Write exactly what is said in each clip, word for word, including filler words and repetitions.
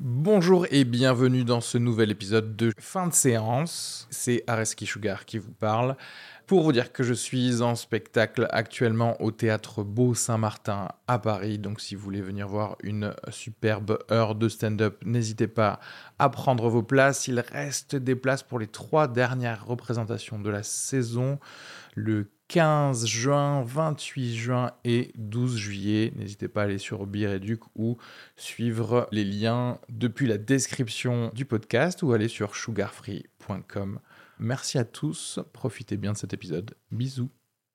Bonjour et bienvenue dans ce nouvel épisode de Fin de séance. C'est Areski Sugar qui vous parle. Pour vous dire que je suis en spectacle actuellement au Théâtre Beau Saint-Martin à Paris. Donc si vous voulez venir voir une superbe heure de stand-up, n'hésitez pas à prendre vos places. Il reste des places pour les trois dernières représentations de la saison. Le quinze juin, vingt-huit juin et douze juillet. N'hésitez pas à aller sur Bireduc ou suivre les liens depuis la description du podcast ou aller sur sugarfree point com. Merci à tous, profitez bien de cet épisode. Bisous.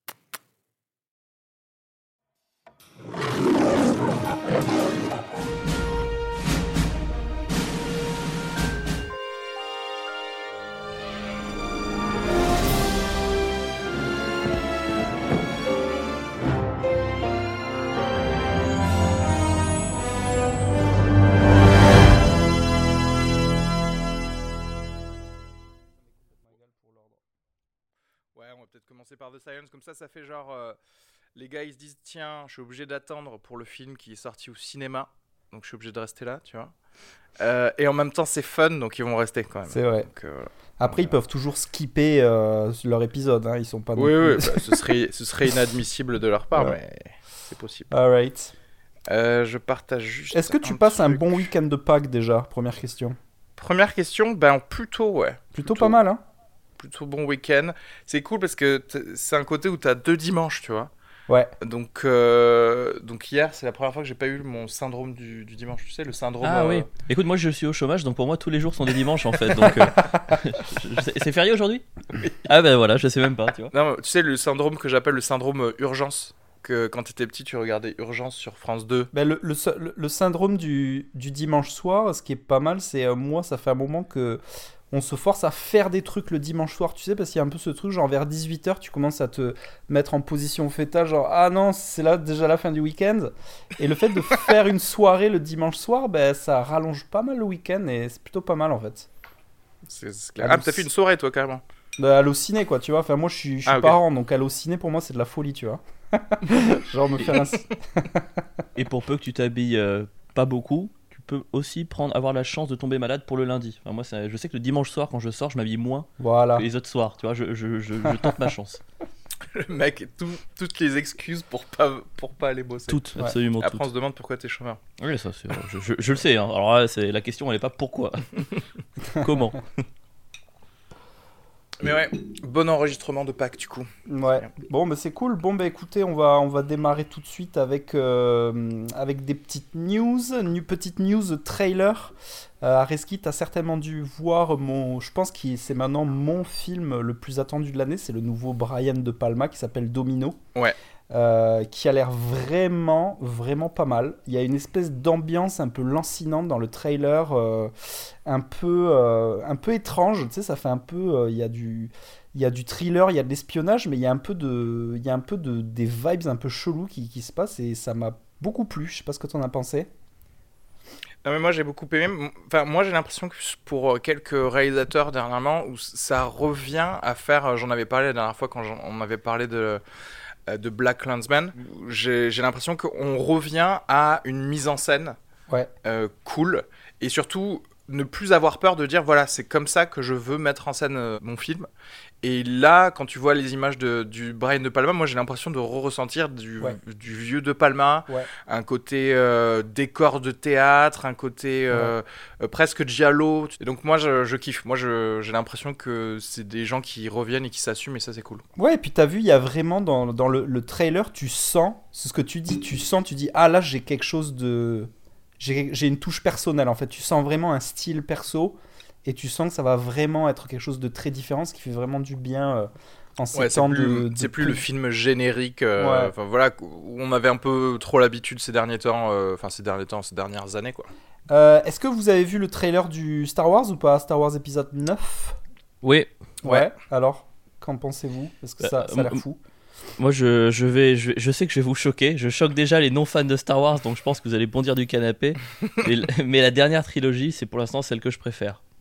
Commencer par The Silence, comme ça, ça fait genre... Euh, les gars, ils se disent, tiens, je suis obligé d'attendre pour le film qui est sorti au cinéma, donc je suis obligé de rester là, tu vois. Euh, et en même temps, c'est fun, donc ils vont rester quand même. C'est vrai. Donc, euh, Après, euh... ils peuvent toujours skipper euh, leur épisode, hein, ils sont pas... Oui, oui, bah, ce, serait, ce serait inadmissible de leur part, ouais. Mais c'est possible. All right. Euh, je partage juste... Est-ce que tu un passes truc. un bon week-end de Pâques, déjà? Première question. Première question, ben plutôt, ouais. Plutôt, plutôt pas mal, hein. Plutôt bon week-end. C'est cool parce que c'est un côté où t'as deux dimanches, tu vois. Ouais. Donc, euh, donc hier, c'est la première fois que j'ai pas eu mon syndrome du, du dimanche, tu sais, le syndrome... Ah euh... oui. Écoute, moi je suis au chômage, donc pour moi tous les jours sont des dimanches en fait. Donc, euh, je sais, c'est férié aujourd'hui? Oui. Ah ben voilà, je sais même pas, tu vois. Non, tu sais, le syndrome que j'appelle le syndrome urgence. Que quand t'étais petit, tu regardais Urgence sur France deux. Ben, le, le, le, le syndrome du, du dimanche soir, ce qui est pas mal, c'est euh, moi, ça fait un moment que... on se force à faire des trucs le dimanche soir, tu sais, parce qu'il y a un peu ce truc, genre vers dix-huit heures, tu commences à te mettre en position fœtale, genre, ah non, c'est là déjà la fin du week-end. Et le fait de faire une soirée le dimanche soir, ben, ça rallonge pas mal le week-end, et c'est plutôt pas mal, en fait. C'est, c'est clair. Ah, t'as fait une soirée, toi, carrément. Ben, allociné, quoi, tu vois. Enfin, moi, je suis, je suis ah, okay. parent, donc allociné, pour moi, c'est de la folie, tu vois. Genre, me faire un... Et pour peu que tu t'habilles euh, pas beaucoup, peux aussi prendre, avoir la chance de tomber malade pour le lundi. Enfin, moi, ça, je sais que le dimanche soir, quand je sors, je m'habille moins voilà. que les autres soirs. Tu vois, je, je, je, je tente ma chance. Le mec, tout, toutes les excuses pour pas, pour pas aller bosser. Toutes, ouais. absolument Après, toutes. on se demande pourquoi t'es chômeur. Oui, ça, c'est, je, je, je le sais. Hein. Alors là, c'est, la question, elle est pas pourquoi. Comment. Mais ouais, bon enregistrement de Pâques du coup. Ouais. Bon, bah c'est cool. Bon, bah écoutez, on va, on va démarrer tout de suite avec, euh, avec des petites news. Une petite news trailer. Euh, Areski, t'as certainement dû voir mon. Je pense que c'est maintenant mon film le plus attendu de l'année. C'est le nouveau Brian De Palma qui s'appelle Domino. Ouais. Euh, qui a l'air vraiment, vraiment pas mal. Il y a une espèce d'ambiance un peu lancinante dans le trailer, euh, un peu, euh, un peu étrange. Tu sais, ça fait un peu, euh, il y a du, il y a du thriller, il y a de l'espionnage, mais il y a un peu de, il y a un peu de, des vibes un peu chelous qui, qui se passent et ça m'a beaucoup plu. Je sais pas ce que t'en as pensé. Non mais moi j'ai beaucoup aimé. Enfin moi j'ai l'impression que pour quelques réalisateurs dernièrement où ça revient à faire. J'en avais parlé la dernière fois quand on avait parlé de de Black Klansman, j'ai, j'ai l'impression qu'on revient à une mise en scène ouais. euh, cool, et surtout ne plus avoir peur de dire voilà c'est comme ça que je veux mettre en scène euh, mon film. Et là quand tu vois les images de, du Brian De Palma, moi j'ai l'impression de re-ressentir du, ouais. du vieux De Palma, ouais. un côté euh, décor de théâtre, un côté euh, ouais. euh, presque giallo, et donc moi je, je kiffe, moi je, j'ai l'impression que c'est des gens qui reviennent et qui s'assument, et ça c'est cool. Ouais, et puis t'as vu, il y a vraiment dans, dans le, le trailer, tu sens, c'est ce que tu dis, tu sens, tu dis ah là j'ai quelque chose de... J'ai, j'ai une touche personnelle en fait, tu sens vraiment un style perso et tu sens que ça va vraiment être quelque chose de très différent, ce qui fait vraiment du bien euh, en ces ouais, temps c'est plus, de, de... C'est plus le film générique, euh, ouais. voilà, où on avait un peu trop l'habitude ces derniers temps, enfin euh, ces derniers temps, ces dernières années quoi. Euh, est-ce que vous avez vu le trailer du Star Wars ou pas, Star Wars épisode neuf? Oui. Ouais, ouais. Alors, qu'en pensez-vous? Parce que ça, ça a l'air fou. Moi, je, je, vais, je, je sais que je vais vous choquer. Je choque déjà les non-fans de Star Wars, donc je pense que vous allez bondir du canapé. mais, mais la dernière trilogie, c'est pour l'instant celle que je préfère.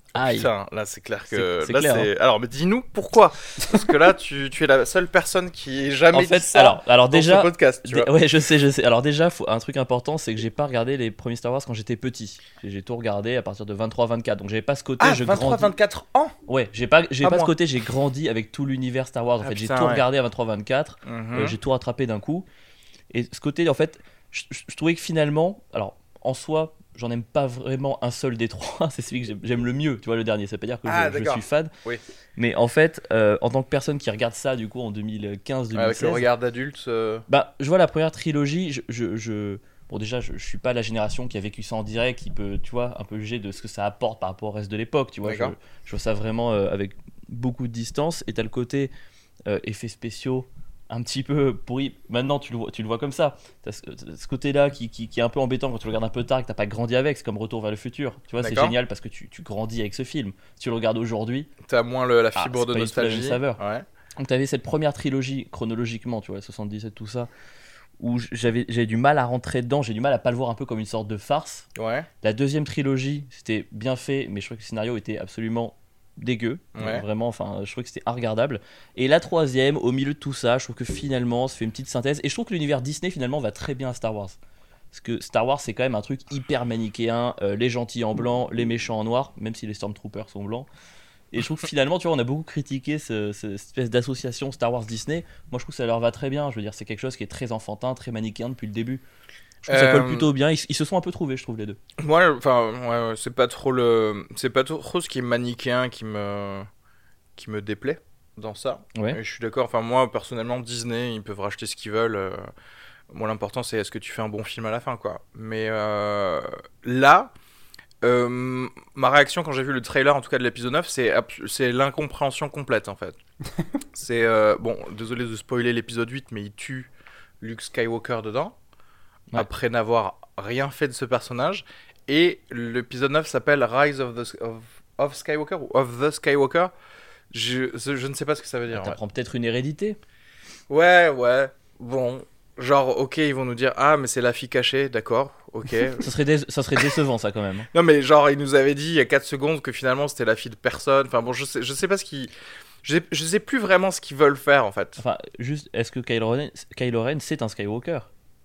Aïe. Putain, là c'est clair que. C'est- c'est là, clair, c'est... Alors, mais dis-nous pourquoi. Parce que là, tu, tu es la seule personne qui ait jamais En dit fait, ça alors, alors dans déjà, ce podcast. Tu dé- vois. ouais, je sais, je sais. Alors déjà, faut, un truc important, c'est que j'ai pas regardé les premiers Star Wars quand j'étais petit. J'ai, j'ai tout regardé à partir de vingt-trois vingt-quatre, donc j'avais pas ce côté. Ah, je vingt-trois grandis. vingt-quatre ans Ouais, j'ai pas, j'ai Ah, pas ce moi. côté. J'ai grandi avec tout l'univers Star Wars. En Ah, fait, j'ai putain, tout ouais. regardé à vingt-trois vingt-quatre. Mhm. Euh, j'ai tout rattrapé d'un coup. Et ce côté, en fait, je, je- je trouvais que finalement, alors en soi, j'en aime pas vraiment un seul des trois. C'est celui que j'aime, j'aime le mieux, tu vois, le dernier. Ça veut pas dire que Ah, je, je d'accord. suis fan. Oui. Mais en fait, euh, en tant que personne qui regarde ça, du coup, en deux mille quinze deux mille seize, Avec le regard d'adulte. euh, bah, je vois la première trilogie. Je, je, je- Bon, déjà, je, je suis pas la génération qui a vécu ça en direct, qui peut, tu vois, un peu juger de ce que ça apporte par rapport au reste de l'époque. Tu vois, je, D'accord. je vois ça vraiment euh, avec beaucoup de distance. Et t'as le côté euh, effets spéciaux un petit peu pourri. Maintenant, tu le vois, tu le vois comme ça. T'as ce, ce côté-là qui, qui, qui est un peu embêtant quand tu le regardes un peu tard, que t'as pas grandi avec. C'est comme Retour vers le futur. Tu vois, c'est D'accord. génial parce que tu, tu grandis avec ce film. Si tu le regardes aujourd'hui, T'as moins le- la Ah, fibre c'est de pas du tout la même nostalgie. saveur. Ouais. donc tu avais cette première trilogie chronologiquement, tu vois, soixante-dix-sept, tout ça, où j'avais, j'avais du mal à rentrer dedans, j'ai du mal à pas le voir un peu comme une sorte de farce. Ouais. La deuxième trilogie, c'était bien fait, mais je trouvais que le scénario était absolument dégueu. Ouais. Vraiment, enfin, je trouvais que c'était regardable. Et la troisième, au milieu de tout ça, je trouve que finalement, ça fait une petite synthèse. Et je trouve que l'univers Disney, finalement, va très bien à Star Wars. Parce que Star Wars, c'est quand même un truc hyper manichéen. euh, les gentils en blanc, les méchants en noir, même si les Stormtroopers sont blancs. Et je trouve que finalement, tu vois, on a beaucoup critiqué ce- ce- cette espèce d'association Star Wars Disney. Moi, je trouve que ça leur va très bien. Je veux dire, c'est quelque chose qui est très enfantin, très manichéen depuis le début. Je trouve que ça colle Euh, plutôt bien. Ils, ils se sont un peu trouvés, je trouve, les deux. Moi, enfin, ouais, ouais, c'est pas trop le, c'est pas trop ce qui est manichéen qui me, qui me déplaît dans ça. Ouais. Et je suis d'accord. Enfin, moi, personnellement, Disney, ils peuvent racheter ce qu'ils veulent. euh, Moi, l'important, c'est est-ce que tu fais un bon film à la fin, quoi. Mais euh, là, euh, ma réaction quand j'ai vu le trailer, en tout cas de l'épisode neuf, c'est, abs- c'est l'incompréhension complète, en fait. c'est euh, bon, désolé de spoiler l'épisode huit, mais il tue Luke Skywalker dedans. Ouais. Après n'avoir rien fait de ce personnage. Et l'épisode neuf s'appelle Rise of, the, of, of Skywalker ou Of the Skywalker. Je, je ne sais pas ce que ça veut dire. en fait. T'apprends peut-être une hérédité. Ouais, ouais. Bon, genre, ok, ils vont nous dire ah, mais c'est la fille cachée, d'accord, ok. Ça serait, dé- ça serait décevant, ça, quand même. Non, mais genre, ils nous avaient dit il y a quatre secondes que finalement c'était la fille de personne. Enfin, bon, je sais, je sais pas ce qu'ils. Je sais, je sais plus vraiment ce qu'ils veulent faire en fait. Enfin, juste, est-ce que Kylo Ren, Kylo Ren c'est un Skywalker?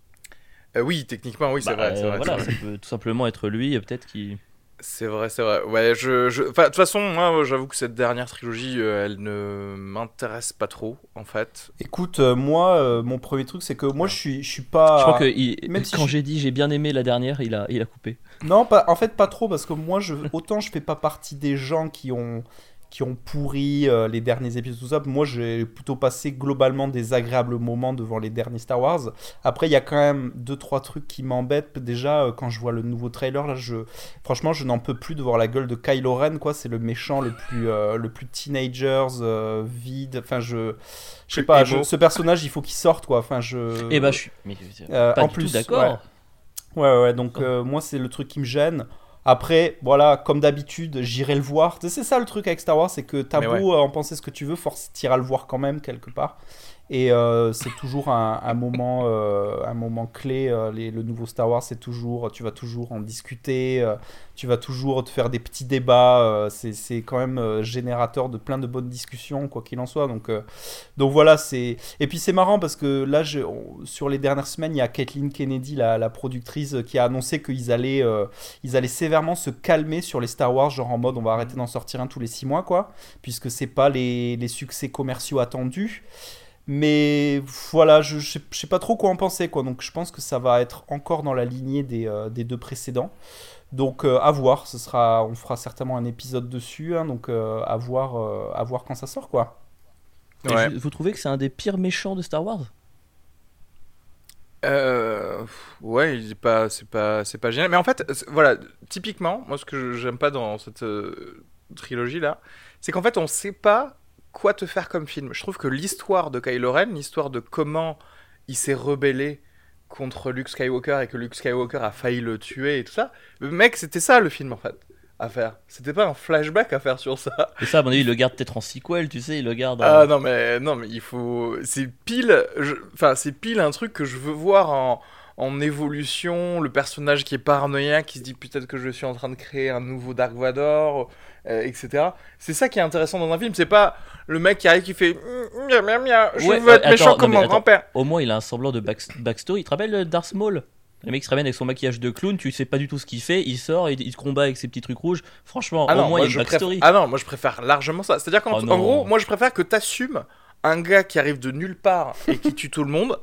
Euh, oui, techniquement, oui, c'est Bah, vrai. C'est euh, vrai, voilà, c'est vrai. ça peut tout simplement être lui, et peut-être qu'il. C'est vrai, c'est vrai. Ouais, je, je... Enfin, de toute façon, moi, j'avoue que cette dernière trilogie, euh, elle ne m'intéresse pas trop, en fait. Écoute, euh, moi, euh, mon premier truc, c'est que moi, je suis, je suis pas. Je crois que il- même si quand je- j'ai dit j'ai bien aimé la dernière, il a, il a coupé. Non, pas, en fait, pas trop, parce que moi, je, autant je fais pas partie des gens qui ont, qui ont pourri euh, les derniers épisodes, tout ça. Moi, j'ai plutôt passé globalement des agréables moments devant les derniers Star Wars. Après, il y a quand même deux, trois trucs qui m'embêtent. Déjà, euh, quand je vois le nouveau trailer, là, je, franchement, je n'en peux plus de voir la gueule de Kylo Ren, quoi. C'est le méchant le plus, euh, le plus teenagers, euh, vide. Enfin, je, je sais Plus pas, émo. je- ce personnage, il faut qu'il sorte, quoi. Enfin, je. Et bah, je suis. Mais, Euh, pas en du plus, tout d'accord. Ouais, ouais, ouais, donc euh, moi c'est le truc qui me gêne. Après, voilà, comme d'habitude, j'irai le voir. Tu sais, c'est ça le truc avec Star Wars, c'est que t'as Mais beau euh, en penser ce que tu veux, force t'iras le voir quand même quelque part. Et euh, c'est toujours un, un moment, euh, un moment clé. euh, les- le nouveau Star Wars, c'est toujours, tu vas toujours en discuter, euh, tu vas toujours te faire des petits débats. euh, c'est, c'est quand même euh, générateur de plein de bonnes discussions, quoi qu'il en soit. Donc, euh, donc voilà, c'est. Et puis c'est marrant parce que là, je- on- sur les dernières semaines, il y a Kathleen Kennedy, la, la productrice, qui a annoncé qu'ils allaient, euh, ils allaient sévèrement se calmer sur les Star Wars, genre en mode on va arrêter d'en sortir un tous les six mois, quoi, puisque c'est pas les, les succès commerciaux attendus. Mais voilà, je, je, sais, je sais pas trop quoi en penser, quoi. Donc je pense que ça va être encore dans la lignée des, euh, des deux précédents. Donc euh, à voir, ce sera, on fera certainement un épisode dessus, hein, donc euh, à voir, euh, à voir quand ça sort, quoi. Mais Ouais. je- Vous trouvez que c'est un des pires méchants de Star Wars? Euh, ouais, il est pas, c'est pas, c'est pas génial. Mais en fait, c'est- voilà, typiquement, moi, ce que je- j'aime pas dans cette euh, trilogie-là, c'est qu'en fait, on sait pas quoi te faire comme film. Je trouve que l'histoire de Kylo Ren, l'histoire de comment il s'est rebellé contre Luke Skywalker et que Luke Skywalker a failli le tuer et tout ça, le mec, c'était ça le film en fait à faire. C'était pas un flashback à faire sur ça. Et ça, à mon avis, il le garde peut-être en sequel, tu sais, il le garde. en- Ah non mais non mais il faut, c'est pile, je- enfin c'est pile un truc que je veux voir en en évolution, le personnage qui est paranoïaque, qui se dit peut-être que je suis en train de créer un nouveau Dark Vador, euh, et cetera. C'est ça qui est intéressant dans un film, c'est pas le mec qui arrive qui fait mia mia mia, je Ouais, veux être euh, méchant attends, comme non, mais mon grand-père. Au moins, il a un semblant de back- backstory. Tu te rappelles euh, Darth Maul? Le mec qui se ramène avec son maquillage de clown, tu sais pas du tout ce qu'il fait, il sort, il, il te combat avec ses petits trucs rouges. Franchement, Ah au non, moins moi, il y a je une backstory. préfère... ah non, moi je préfère largement ça. C'est-à-dire qu'en Oh en non. gros, moi je préfère que t'assumes un gars qui arrive de nulle part et qui tue tout le monde,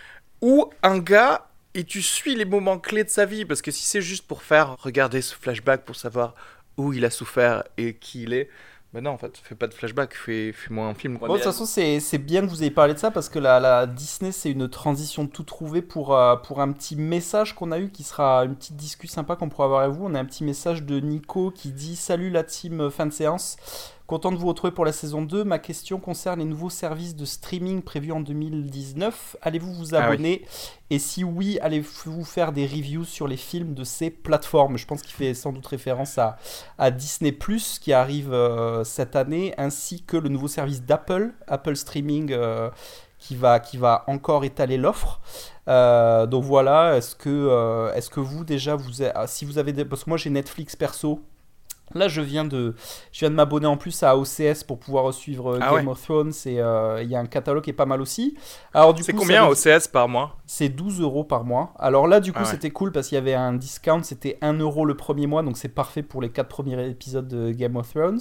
ou un gars et tu suis les moments clés de sa vie. Parce que si c'est juste pour faire regarder ce flashback pour savoir où il a souffert et qui il est, ben non, en fait, fais pas de flashback, fais, fais-moi un film. Bon, de toute façon, c'est, c'est bien que vous ayez parlé de ça parce que la, la Disney, c'est une transition tout trouvée pour, euh, pour un petit message qu'on a eu qui sera une petite discussion sympa qu'on pourra avoir avec vous. On a un petit message de Nico qui dit « Salut la team fin de séance. Content de vous retrouver pour la saison deux. Ma question concerne les nouveaux services de streaming prévus en deux mille dix-neuf. Allez-vous vous abonner ? Ah oui. Et si oui, allez-vous faire des reviews sur les films de ces plateformes ?» Je pense qu'il fait sans doute référence à, à Disney plus, qui arrive euh, cette année, ainsi que le nouveau service d'Apple, Apple Streaming, euh, qui, va, qui va encore étaler l'offre. Euh, donc voilà, est-ce que, euh, est-ce que vous déjà, vous avez, si vous avez des, parce que moi j'ai Netflix perso. Là, je viens de, je viens de m'abonner en plus à O C S pour pouvoir suivre ah Game ouais. of Thrones. Et il euh, y a un catalogue qui est pas mal aussi. Alors, du c'est coup, combien ça, O C S par mois ? C'est douze euros par mois. Alors là, du coup, ah ouais. c'était cool parce qu'il y avait un discount. C'était un euro le premier mois. Donc, c'est parfait pour les quatre premiers épisodes de Game of Thrones.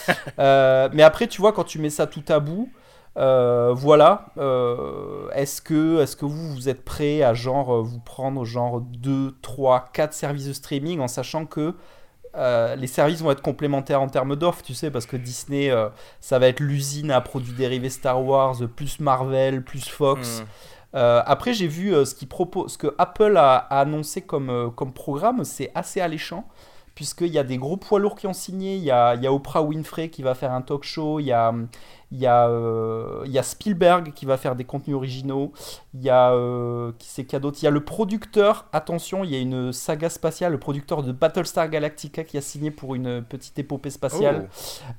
euh, mais après, tu vois, quand tu mets ça tout à bout, euh, voilà. Euh, est-ce que, est-ce que vous, vous êtes prêt à genre vous prendre genre deux, trois, quatre services de streaming en sachant que Euh, les services vont être complémentaires en termes d'offres, tu sais, parce que Disney, euh, ça va être l'usine à produits dérivés Star Wars, plus Marvel, plus Fox. Mmh. Euh, après, j'ai vu euh, ce, qu'il propose, ce que Apple a, a annoncé comme, euh, comme programme, c'est assez alléchant, puisqu'il y a des gros poids lourds qui ont signé. Il y a, il y a Oprah Winfrey qui va faire un talk show, il y a, il y a, euh, il y a Spielberg qui va faire des contenus originaux, il y a, euh, qui c'est qu'il y a d'autres ? Il y a le producteur, attention, il y a une saga spatiale, le producteur de Battlestar Galactica qui a signé pour une petite épopée spatiale. Oh.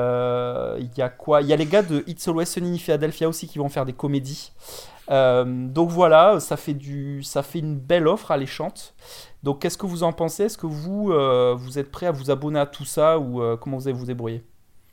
Euh, il y a quoi ? Il y a les gars de It's Always Sunny in Philadelphia aussi qui vont faire des comédies. Euh, donc voilà, ça fait, du, ça fait une belle offre alléchante. Donc qu'est-ce que vous en pensez ? Est-ce que vous, euh, vous êtes prêt à vous abonner à tout ça ou euh, comment vous allez vous débrouiller ?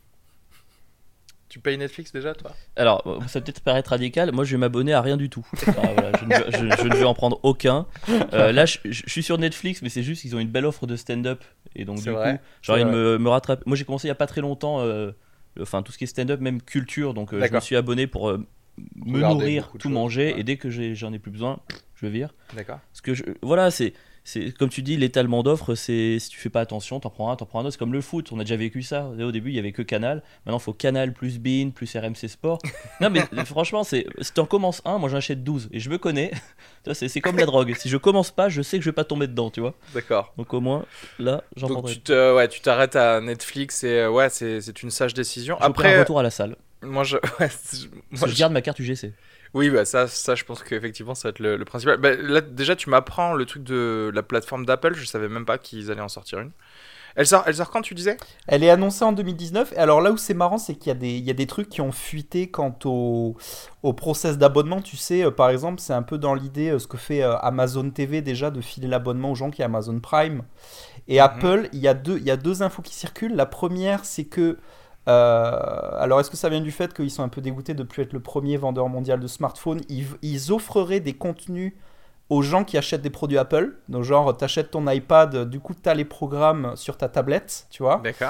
Tu payes Netflix déjà, toi ? Alors, ça va peut-être paraître radical. Moi, je vais m'abonner à rien du tout. Enfin, voilà, je, ne veux, je, je ne vais en prendre aucun. Euh, là, je, je suis sur Netflix, mais c'est juste qu'ils ont une belle offre de stand-up. Et donc, c'est du vrai, coup, j'ai envie de me, me rattraper. Moi, j'ai commencé il n'y a pas très longtemps, euh, enfin, tout ce qui est stand-up, même culture. Donc, euh, je me suis abonné pour euh, me Regarder nourrir, tout manger. Ouais. Et dès que j'ai, j'en ai plus besoin, je vire. D'accord. Parce que, je, voilà, c'est... C'est, comme tu dis, l'étalement d'offres, c'est, si tu fais pas attention, t'en prends un, t'en prends un autre. C'est comme le foot, on a déjà vécu ça. Au début, il y avait que Canal. Maintenant, il faut Canal plus Bein plus R M C Sport. Non, mais franchement, c'est, si t'en commences un, moi j'en achète douze. Et je me connais. c'est, c'est comme la drogue. Si je commence pas, je sais que je vais pas tomber dedans, tu vois. D'accord. Donc au moins, là, j'en Donc prendrai. Tu, te, ouais, tu t'arrêtes à Netflix et ouais, c'est, c'est une sage décision. Je Après, un retour à la salle. Moi, je, ouais, moi, je garde ma carte U G C. Oui, bah ça, ça, je pense qu'effectivement, ça va être le, le principal. Bah, là, déjà, tu m'apprends le truc de la plateforme d'Apple. Je savais même pas qu'ils allaient en sortir une. Elle sort, elle sort quand, tu disais ? Elle est annoncée en deux mille dix-neuf. Et alors là où c'est marrant, c'est qu'il y a des, il y a des trucs qui ont fuité quant au, au process d'abonnement. Tu sais, euh, par exemple, c'est un peu dans l'idée euh, ce que fait euh, Amazon T V déjà de filer l'abonnement aux gens qui ont Amazon Prime. Et mm-hmm. Apple, il y a deux, il y a deux infos qui circulent. La première, c'est que Euh, alors, est-ce que ça vient du fait qu'ils sont un peu dégoûtés de ne plus être le premier vendeur mondial de smartphones ? ils, ils offreraient des contenus aux gens qui achètent des produits Apple. Donc, genre, tu achètes ton iPad, du coup, tu as les programmes sur ta tablette, tu vois. D'accord.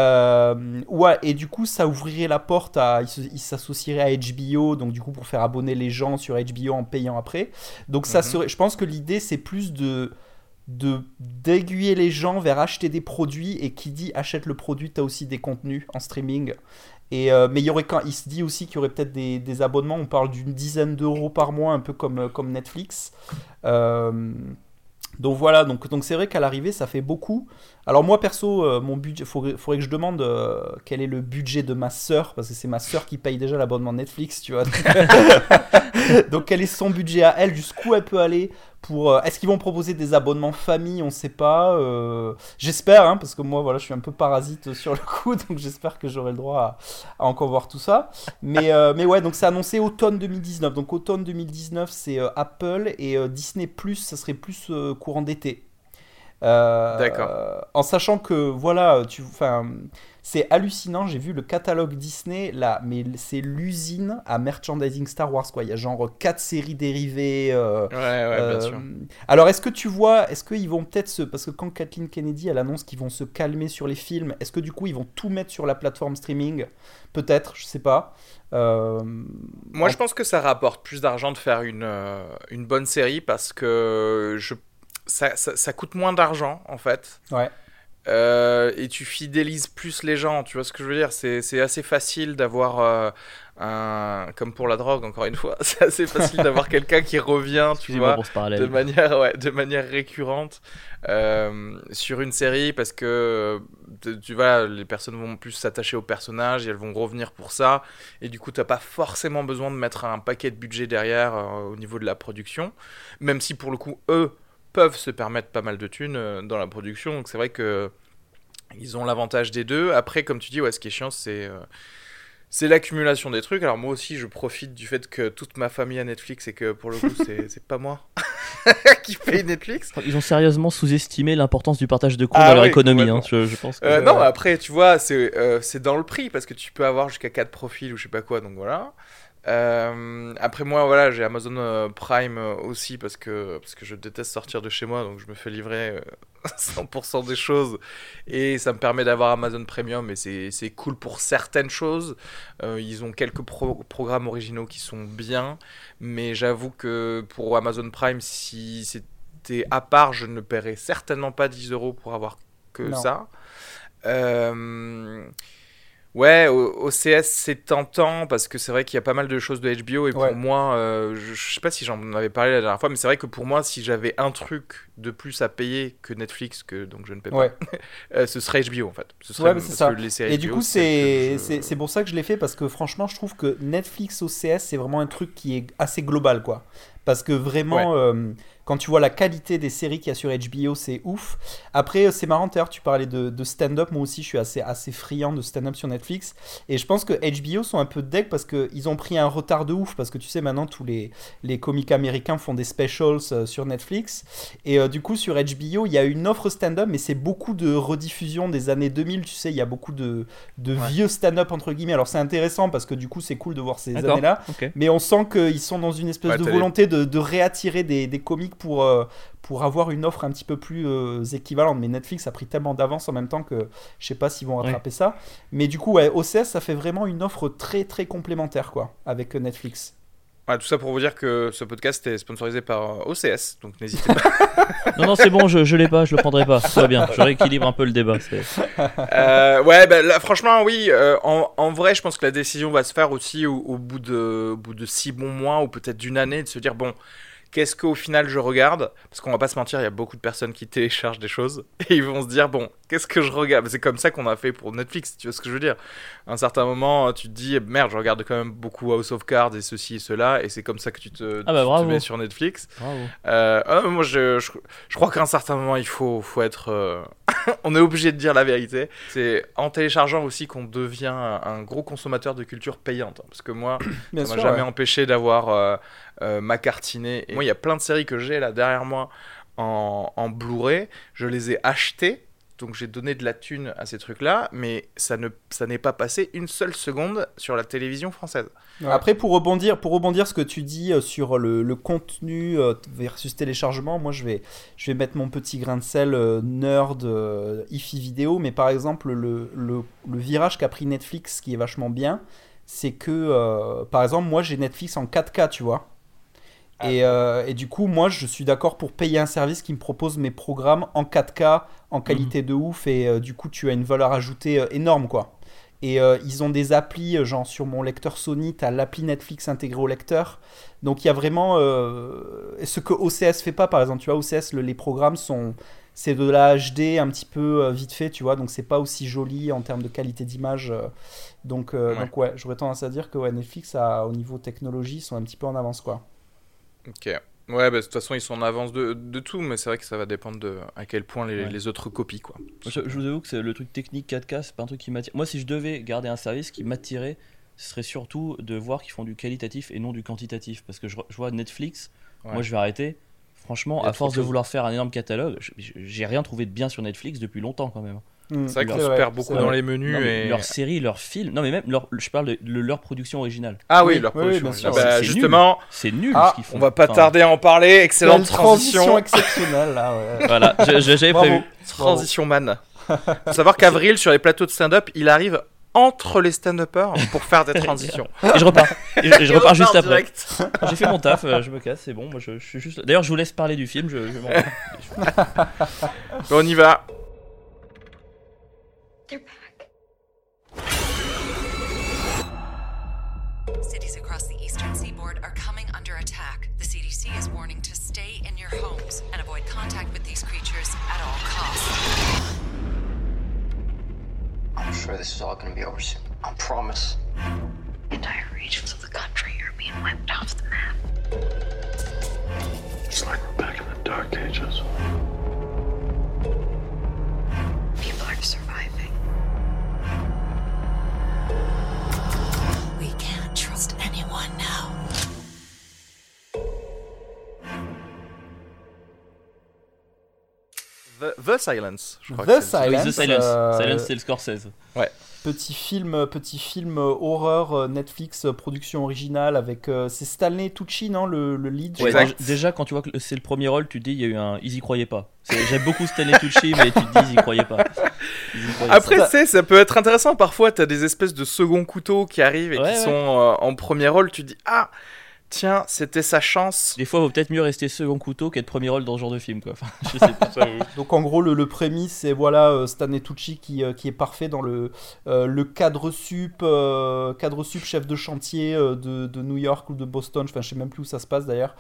Euh, ouais, et du coup, ça ouvrirait la porte à. Ils, ils s'associeraient à H B O, donc du coup, pour faire abonner les gens sur H B O en payant après. Donc, ça mm-hmm. serait. Je pense que l'idée, c'est plus de. De, d'aiguiller les gens vers acheter des produits, et qui dit achète le produit, tu as aussi des contenus en streaming. Et, euh, mais il, y aurait, il se dit aussi qu'il y aurait peut-être des, des abonnements, on parle d'une dizaine d'euros par mois, un peu comme, comme Netflix. Euh, donc voilà, donc, donc c'est vrai qu'à l'arrivée ça fait beaucoup. Alors moi perso, euh, mon budget, faudrait, faudrait que je demande euh, quel est le budget de ma sœur, parce que c'est ma sœur qui paye déjà l'abonnement Netflix, tu vois. Donc quel est son budget à elle, jusqu'où elle peut aller pour euh, est-ce qu'ils vont proposer des abonnements famille, on sait pas. Euh, j'espère, hein, parce que moi, voilà, je suis un peu parasite sur le coup, donc j'espère que j'aurai le droit à, à encore voir tout ça. Mais, euh, mais ouais, donc c'est annoncé automne deux mille dix-neuf. Donc automne deux mille dix-neuf, c'est euh, Apple et euh, Disney Plus, ça serait plus euh, courant d'été. Euh, D'accord. En sachant que voilà, tu, enfin, c'est hallucinant. J'ai vu le catalogue Disney là, mais c'est l'usine à merchandising Star Wars quoi. Il y a genre quatre séries dérivées. Euh, Ouais, ouais, euh, bien sûr. alors est-ce que tu vois, est-ce qu'ils vont peut-être se, parce que quand Kathleen Kennedy elle annonce qu'ils vont se calmer sur les films, est-ce que du coup ils vont tout mettre sur la plateforme streaming? Peut-être, je sais pas. Euh, Moi, en- je pense que ça rapporte plus d'argent de faire une, euh, une bonne série parce que je, ça, ça, ça coûte moins d'argent, en fait. Ouais. Euh, et tu fidélises plus les gens, tu vois ce que je veux dire? C'est, c'est assez facile d'avoir euh, un... Comme pour la drogue, encore une fois, c'est assez facile d'avoir quelqu'un qui revient, tu Excusez-moi vois, pour ce de parallèle. manière, ouais, de manière récurrente euh, sur une série parce que euh, tu vois, les personnes vont plus s'attacher au personnage et elles vont revenir pour ça. Et du coup, t'as pas forcément besoin de mettre un paquet de budget derrière euh, au niveau de la production, même si pour le coup, eux peuvent se permettre pas mal de thunes euh, dans la production. Donc c'est vrai que ils ont l'avantage des deux. Après, comme tu dis, ouais, ce qui est chiant, c'est euh, c'est l'accumulation des trucs. Alors moi aussi, je profite du fait que toute ma famille a Netflix et que pour le coup, c'est c'est pas moi qui paye Netflix. Ils ont sérieusement sous-estimé l'importance du partage de comptes Ah dans leur oui, économie. Hein. complètement. Je, je pense que. Euh, Ouais. non, après, tu vois, c'est euh, c'est dans le prix parce que tu peux avoir jusqu'à quatre profils ou je sais pas quoi, donc voilà. Euh, après moi, voilà, j'ai Amazon euh, Prime euh, aussi parce que, parce que je déteste sortir de chez moi, donc je me fais livrer euh, cent pour cent des choses et ça me permet d'avoir Amazon Premium et c'est, c'est cool pour certaines choses. Euh, ils ont quelques pro- programmes originaux qui sont bien, mais j'avoue que pour Amazon Prime, si c'était à part, je ne paierais certainement pas dix euros pour avoir que Non. ça. Euh, Ouais, O- OCS c'est tentant parce que c'est vrai qu'il y a pas mal de choses de H B O et pour Ouais. moi, euh, je, je sais pas si j'en avais parlé la dernière fois, mais c'est vrai que pour moi, si j'avais un truc de plus à payer que Netflix, que donc je ne paie pas, Ouais. euh, ce serait H B O en fait. Ce serait Ouais, mais c'est parce ça. que les séries Et du H B O, coup, c'est celles c'est que c'est je- c'est pour ça que je l'ai fait parce que franchement, je trouve que Netflix O C S, c'est vraiment un truc qui est assez global, quoi. Parce que Ouais. vraiment, euh, quand tu vois la qualité des séries qu'il y a sur H B O, c'est ouf. Après, euh, c'est marrant, d'ailleurs, tu parlais de, de stand-up. Moi aussi, je suis assez, assez friand de stand-up sur Netflix. Et je pense que H B O sont un peu deg parce qu'ils ont pris un retard de ouf. Parce que tu sais, maintenant, tous les, les comiques américains font des specials euh, sur Netflix. Et euh, du coup, sur H B O, il y a une offre stand-up, mais c'est beaucoup de rediffusion des années deux mille. Tu sais, il y a beaucoup de, de Ouais. vieux stand-up, entre guillemets. Alors, c'est intéressant parce que du coup, c'est cool de voir ces D'accord. années-là. Ok. Mais on sent qu'ils sont dans une espèce Ouais, de t'as volonté de, de réattirer des, des comiques pour, euh, pour avoir une offre un petit peu plus euh, équivalente. Mais Netflix a pris tellement d'avance en même temps que je sais pas s'ils vont rattraper ça. Mais du coup, ouais, O C S, ça fait vraiment une offre très très complémentaire quoi, avec euh, Netflix. Ouais, tout ça pour vous dire que ce podcast est sponsorisé par euh, O C S, donc n'hésitez pas. Non, non, c'est bon, je, je l'ai pas, je le prendrai pas. Tout va bien, je rééquilibre un peu le débat. C'est... Euh, ouais, bah, là, franchement, oui. euh, en, en vrai, je pense que la décision va se faire aussi au, au bout de, au bout de six bons mois ou peut-être d'une année de se dire bon, qu'est-ce qu'au final je regarde? Parce qu'on va pas se mentir, il y a beaucoup de personnes qui téléchargent des choses et ils vont se dire bon, qu'est-ce que je regarde? C'est comme ça qu'on a fait pour Netflix, tu vois ce que je veux dire? À un certain moment, tu te dis merde, je regarde quand même beaucoup House of Cards et ceci et cela, et c'est comme ça que tu te, Ah bah, tu te bravo. mets sur Netflix. Bravo. Euh, ah, moi, je, je, je crois qu'à un certain moment, il faut, faut être. euh, on est obligé de dire la vérité. C'est en téléchargeant aussi qu'on devient un, un gros consommateur de culture payante. Parce que moi, Bien ça m'a sûr. jamais ouais. empêché d'avoir euh, euh, ma cartinée. Et moi, il y a plein de séries que j'ai là derrière moi en, en Blu-ray. Je les ai achetées. Donc j'ai donné de la thune à ces trucs-là, mais ça ne ça n'est pas passé une seule seconde sur la télévision française. Ouais. Après, pour rebondir, pour rebondir ce que tu dis euh, sur le, le contenu euh, versus téléchargement, moi je vais, je vais mettre mon petit grain de sel euh, nerd euh, hi-fi vidéo, mais par exemple le, le, le virage qu'a pris Netflix qui est vachement bien, c'est que euh, par exemple moi j'ai Netflix en quatre K, tu vois. Ah. Et, euh, et du coup, moi, je suis d'accord pour payer un service qui me propose mes programmes en quatre K, en qualité de ouf, et euh, du coup, tu as une valeur ajoutée euh, énorme, quoi. Et euh, ils ont des applis, euh, genre sur mon lecteur Sony, tu as l'appli Netflix intégrée au lecteur. Donc, il y a vraiment euh, ce que O C S fait pas, par exemple. Tu vois, O C S, le- les programmes sont... C'est de la H D un petit peu euh, vite fait, tu vois, donc c'est pas aussi joli en termes de qualité d'image. euh. donc, euh, Ouais. donc, ouais, j'aurais tendance à dire que ouais, Netflix, a, au niveau technologie, ils sont un petit peu en avance, quoi. Ok. Ouais, bah, de toute façon, ils sont en avance de, de tout, mais c'est vrai que ça va dépendre de à quel point les, Ouais. les autres copient, quoi. Je, je vous avoue que c'est le truc technique quatre K, c'est pas un truc qui m'attire. Moi, si je devais garder un service qui m'attirait, ce serait surtout de voir qu'ils font du qualitatif et non du quantitatif. Parce que je, je vois Netflix, Ouais. moi je vais arrêter. Franchement, Il y a à force trop de de- vouloir faire un énorme catalogue, je- je- j'ai rien trouvé de bien sur Netflix depuis longtemps quand même. Mm. C'est vrai qu'on C'est se vrai, perd c'est beaucoup vrai. dans les menus. Non, mais et... leurs séries, leurs films, non mais même leur, je parle de, de leur production originale. Ah oui, Oui, leur oui, production. bien sûr. Bah, C'est justement, C'est nul Ah, ce qu'ils font. on va pas Enfin, tarder à en parler. Excellente Quelle transition transition. exceptionnelle là. Ouais. Voilà, je- je- j'avais Bravo. prévu. Transition man. Faut savoir qu'Avril, sur les plateaux de stand-up, il arrive entre les stand-uppers pour faire des transitions. Et je repars. Et je, et je repars juste après. direct. J'ai fait mon taf, euh, je me casse, c'est bon. Moi, je, je suis juste. là. D'ailleurs, je vous laisse parler du film. Je, je m'en vais. Bon, on y va. They're back. Cities across the eastern seaboard are coming under attack. The C D C is warning to stay in your homes and avoid contact with these creatures at all costs. I'm sure this is all gonna be over soon. I promise. Entire regions of the country are being wiped off the map. It's like we're back in the dark ages. People are surviving. We can't trust anyone now. The, The Silence, je crois. The que c'est- Oui, Silence. The Silence. euh, Silence, c'est le Scorsese. Petit film, petit film euh, horreur euh, Netflix euh, production originale avec euh, c'est Stanley Tucci, non, le, le lead. je Ouais, crois. Exact. déjà- déjà, quand tu vois que c'est le premier rôle, tu te dis, il y a eu un. Ils y croyaient pas. C'est- J'aime beaucoup Stanley Tucci, mais tu te dis, ils y croyaient pas. Ils y croyaient Après, pas. tu sais, ça peut être intéressant. Parfois, t'as des espèces de second couteaux qui arrivent et Ouais, qui ouais. sont euh, en premier rôle. Tu te dis, ah, tiens, c'était sa chance. Des fois, il vaut peut-être mieux rester second couteau qu'être premier rôle dans ce genre de film, quoi. Enfin, je sais pas. Donc en gros le, le prémisse c'est voilà euh, Stanley Tucci qui, euh, qui est parfait dans le, euh, le cadre sup euh, cadre sup chef de chantier euh, de, de New York ou de Boston, enfin je sais même plus où ça se passe d'ailleurs,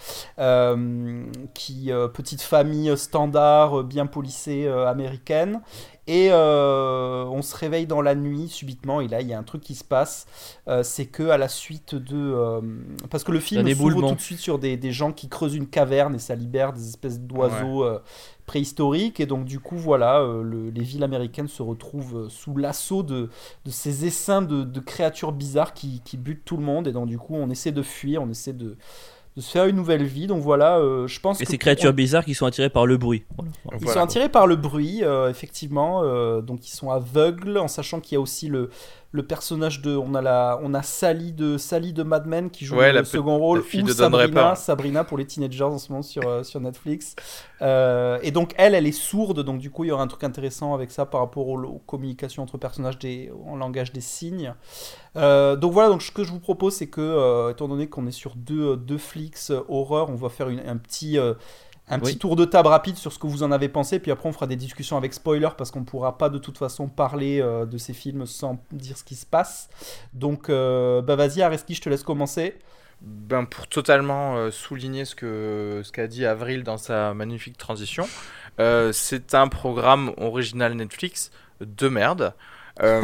euh, qui euh, petite famille standard euh, bien policée euh, américaine. Et euh, on se réveille dans la nuit subitement et là il y a un truc qui se passe, euh, c'est que à la suite de euh, parce que le film Un s'ouvre éboulement. tout de suite sur des, des gens qui creusent une caverne et ça libère des espèces d'oiseaux euh, préhistoriques et donc du coup voilà euh, le- les villes américaines se retrouvent euh, sous l'assaut de, de ces essaims de, de créatures bizarres qui, qui butent tout le monde et donc du coup on essaie de fuir, on essaie de, de se faire une nouvelle vie donc voilà euh, je pense Et que ces créatures on- bizarres qui sont attirées par le bruit. Voilà. ils Voilà. sont attirés par le bruit, euh, effectivement. euh, donc ils sont aveugles, en sachant qu'il y a aussi le, le personnage de, on a la, on a Sally de Sally de Mad Men qui joue Ouais, le la pe- second rôle, la fille ou de Don Sabrina, Draper. Sabrina pour les teenagers en ce moment sur euh, sur Netflix. Euh, et donc elle, elle est sourde, donc du coup il y aura un truc intéressant avec ça par rapport aux, aux communications entre personnages des, en langage des signes. Euh, donc voilà, donc ce que je vous propose, c'est que, euh, étant donné qu'on est sur deux, deux flicks euh, horreur, on va faire une- un petit, euh, un petit Oui. tour de table rapide sur ce que vous en avez pensé, puis après on fera des discussions avec spoilers, parce qu'on ne pourra pas de toute façon parler euh, de ces films sans dire ce qui se passe. Donc euh, bah vas-y Areski, je te laisse commencer. Ben, pour totalement euh, souligner ce que ce qu'a dit Avril dans sa magnifique transition, euh, c'est un programme original Netflix de merde. Euh,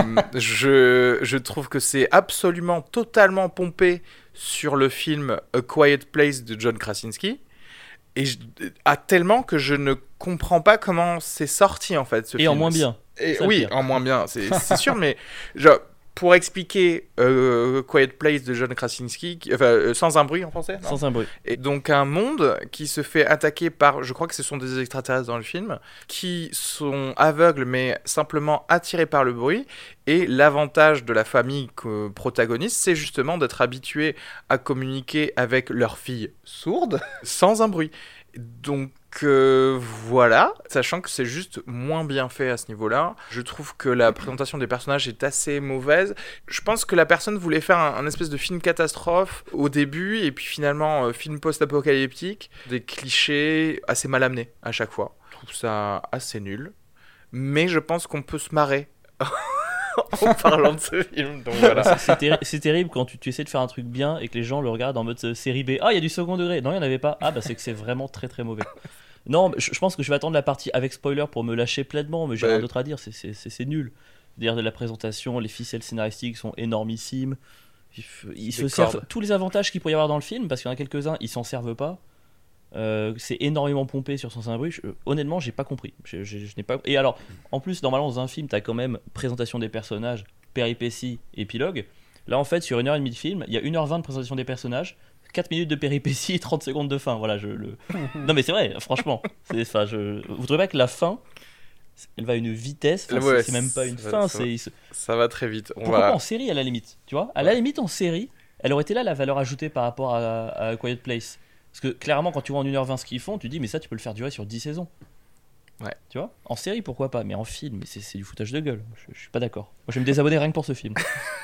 je, je trouve que c'est absolument totalement pompé sur le film A Quiet Place de John Krasinski. Et je- à tellement que je ne comprends pas comment c'est sorti en fait ce Et film. en moins bien. Et, C'est ça le oui, pire. en moins bien, c'est c'est sûr, mais genre, pour expliquer euh, Quiet Place de John Krasinski, qui- enfin, euh, sans un bruit en français, non Sans un bruit. et donc un monde qui se fait attaquer par, je crois que ce sont des extraterrestres dans le film, qui sont aveugles mais simplement attirés par le bruit. Et l'avantage de la famille que- protagoniste, c'est justement d'être habitué à communiquer avec leur fille sourde sans un bruit. Donc euh, voilà, sachant que c'est juste moins bien fait à ce niveau-là. Je trouve que la présentation des personnages est assez mauvaise. Je pense que la personne voulait faire un, un espèce de film catastrophe au début, et puis finalement euh, film post-apocalyptique, des clichés assez mal amenés à chaque fois. Je trouve ça assez nul, mais je pense qu'on peut se marrer en parlant de ce film. Donc voilà. C'est terri- c'est terrible quand tu, tu essaies de faire un truc bien et que les gens le regardent en mode euh, série B. Ah, il y a du second degré. Non, il n'y en avait pas. Ah, bah c'est que c'est vraiment très très mauvais. Non, mais je, je pense que je vais attendre la partie avec spoiler pour me lâcher pleinement, mais j'ai Bah, rien d'autre à dire. C'est- C'est c'est- c'est nul. D'ailleurs, de la présentation, les ficelles scénaristiques sont énormissimes. Ils, f- ils se Des servent cordes. tous les avantages qu'il pourrait y avoir dans le film, parce qu'il y en a quelques-uns, ils s'en servent pas. Euh, c'est énormément pompé sur son bruit. Je, honnêtement, j'ai pas compris. Je, je, je n'ai pas. Et alors, en plus, normalement, dans un film, t'as quand même présentation des personnages, péripéties, épilogue. Là, en fait, sur une heure et demie de film, il y a une heure vingt de présentation des personnages, quatre minutes de péripéties et trente secondes de fin. Voilà, je le. Non, mais c'est vrai, franchement. C'est, enfin, je... Vous trouvez pas que la fin, elle va à une vitesse, enfin, ouais, c'est, c'est même pas une ça, fin. ça, c'est... va, ça va très vite. On Pourquoi va... pas en série à la limite, tu vois ? À ouais. la limite, en série, elle aurait été là la valeur ajoutée par rapport à, à Quiet Place. Parce que clairement, quand tu vois en une heure vingt ce qu'ils font, tu dis, mais ça, tu peux le faire durer sur dix saisons. Ouais. Tu vois ? En série, pourquoi pas ? Mais en film, c'est, c'est du foutage de gueule. Je, je suis pas d'accord. Moi, je vais me désabonner rien que pour ce film.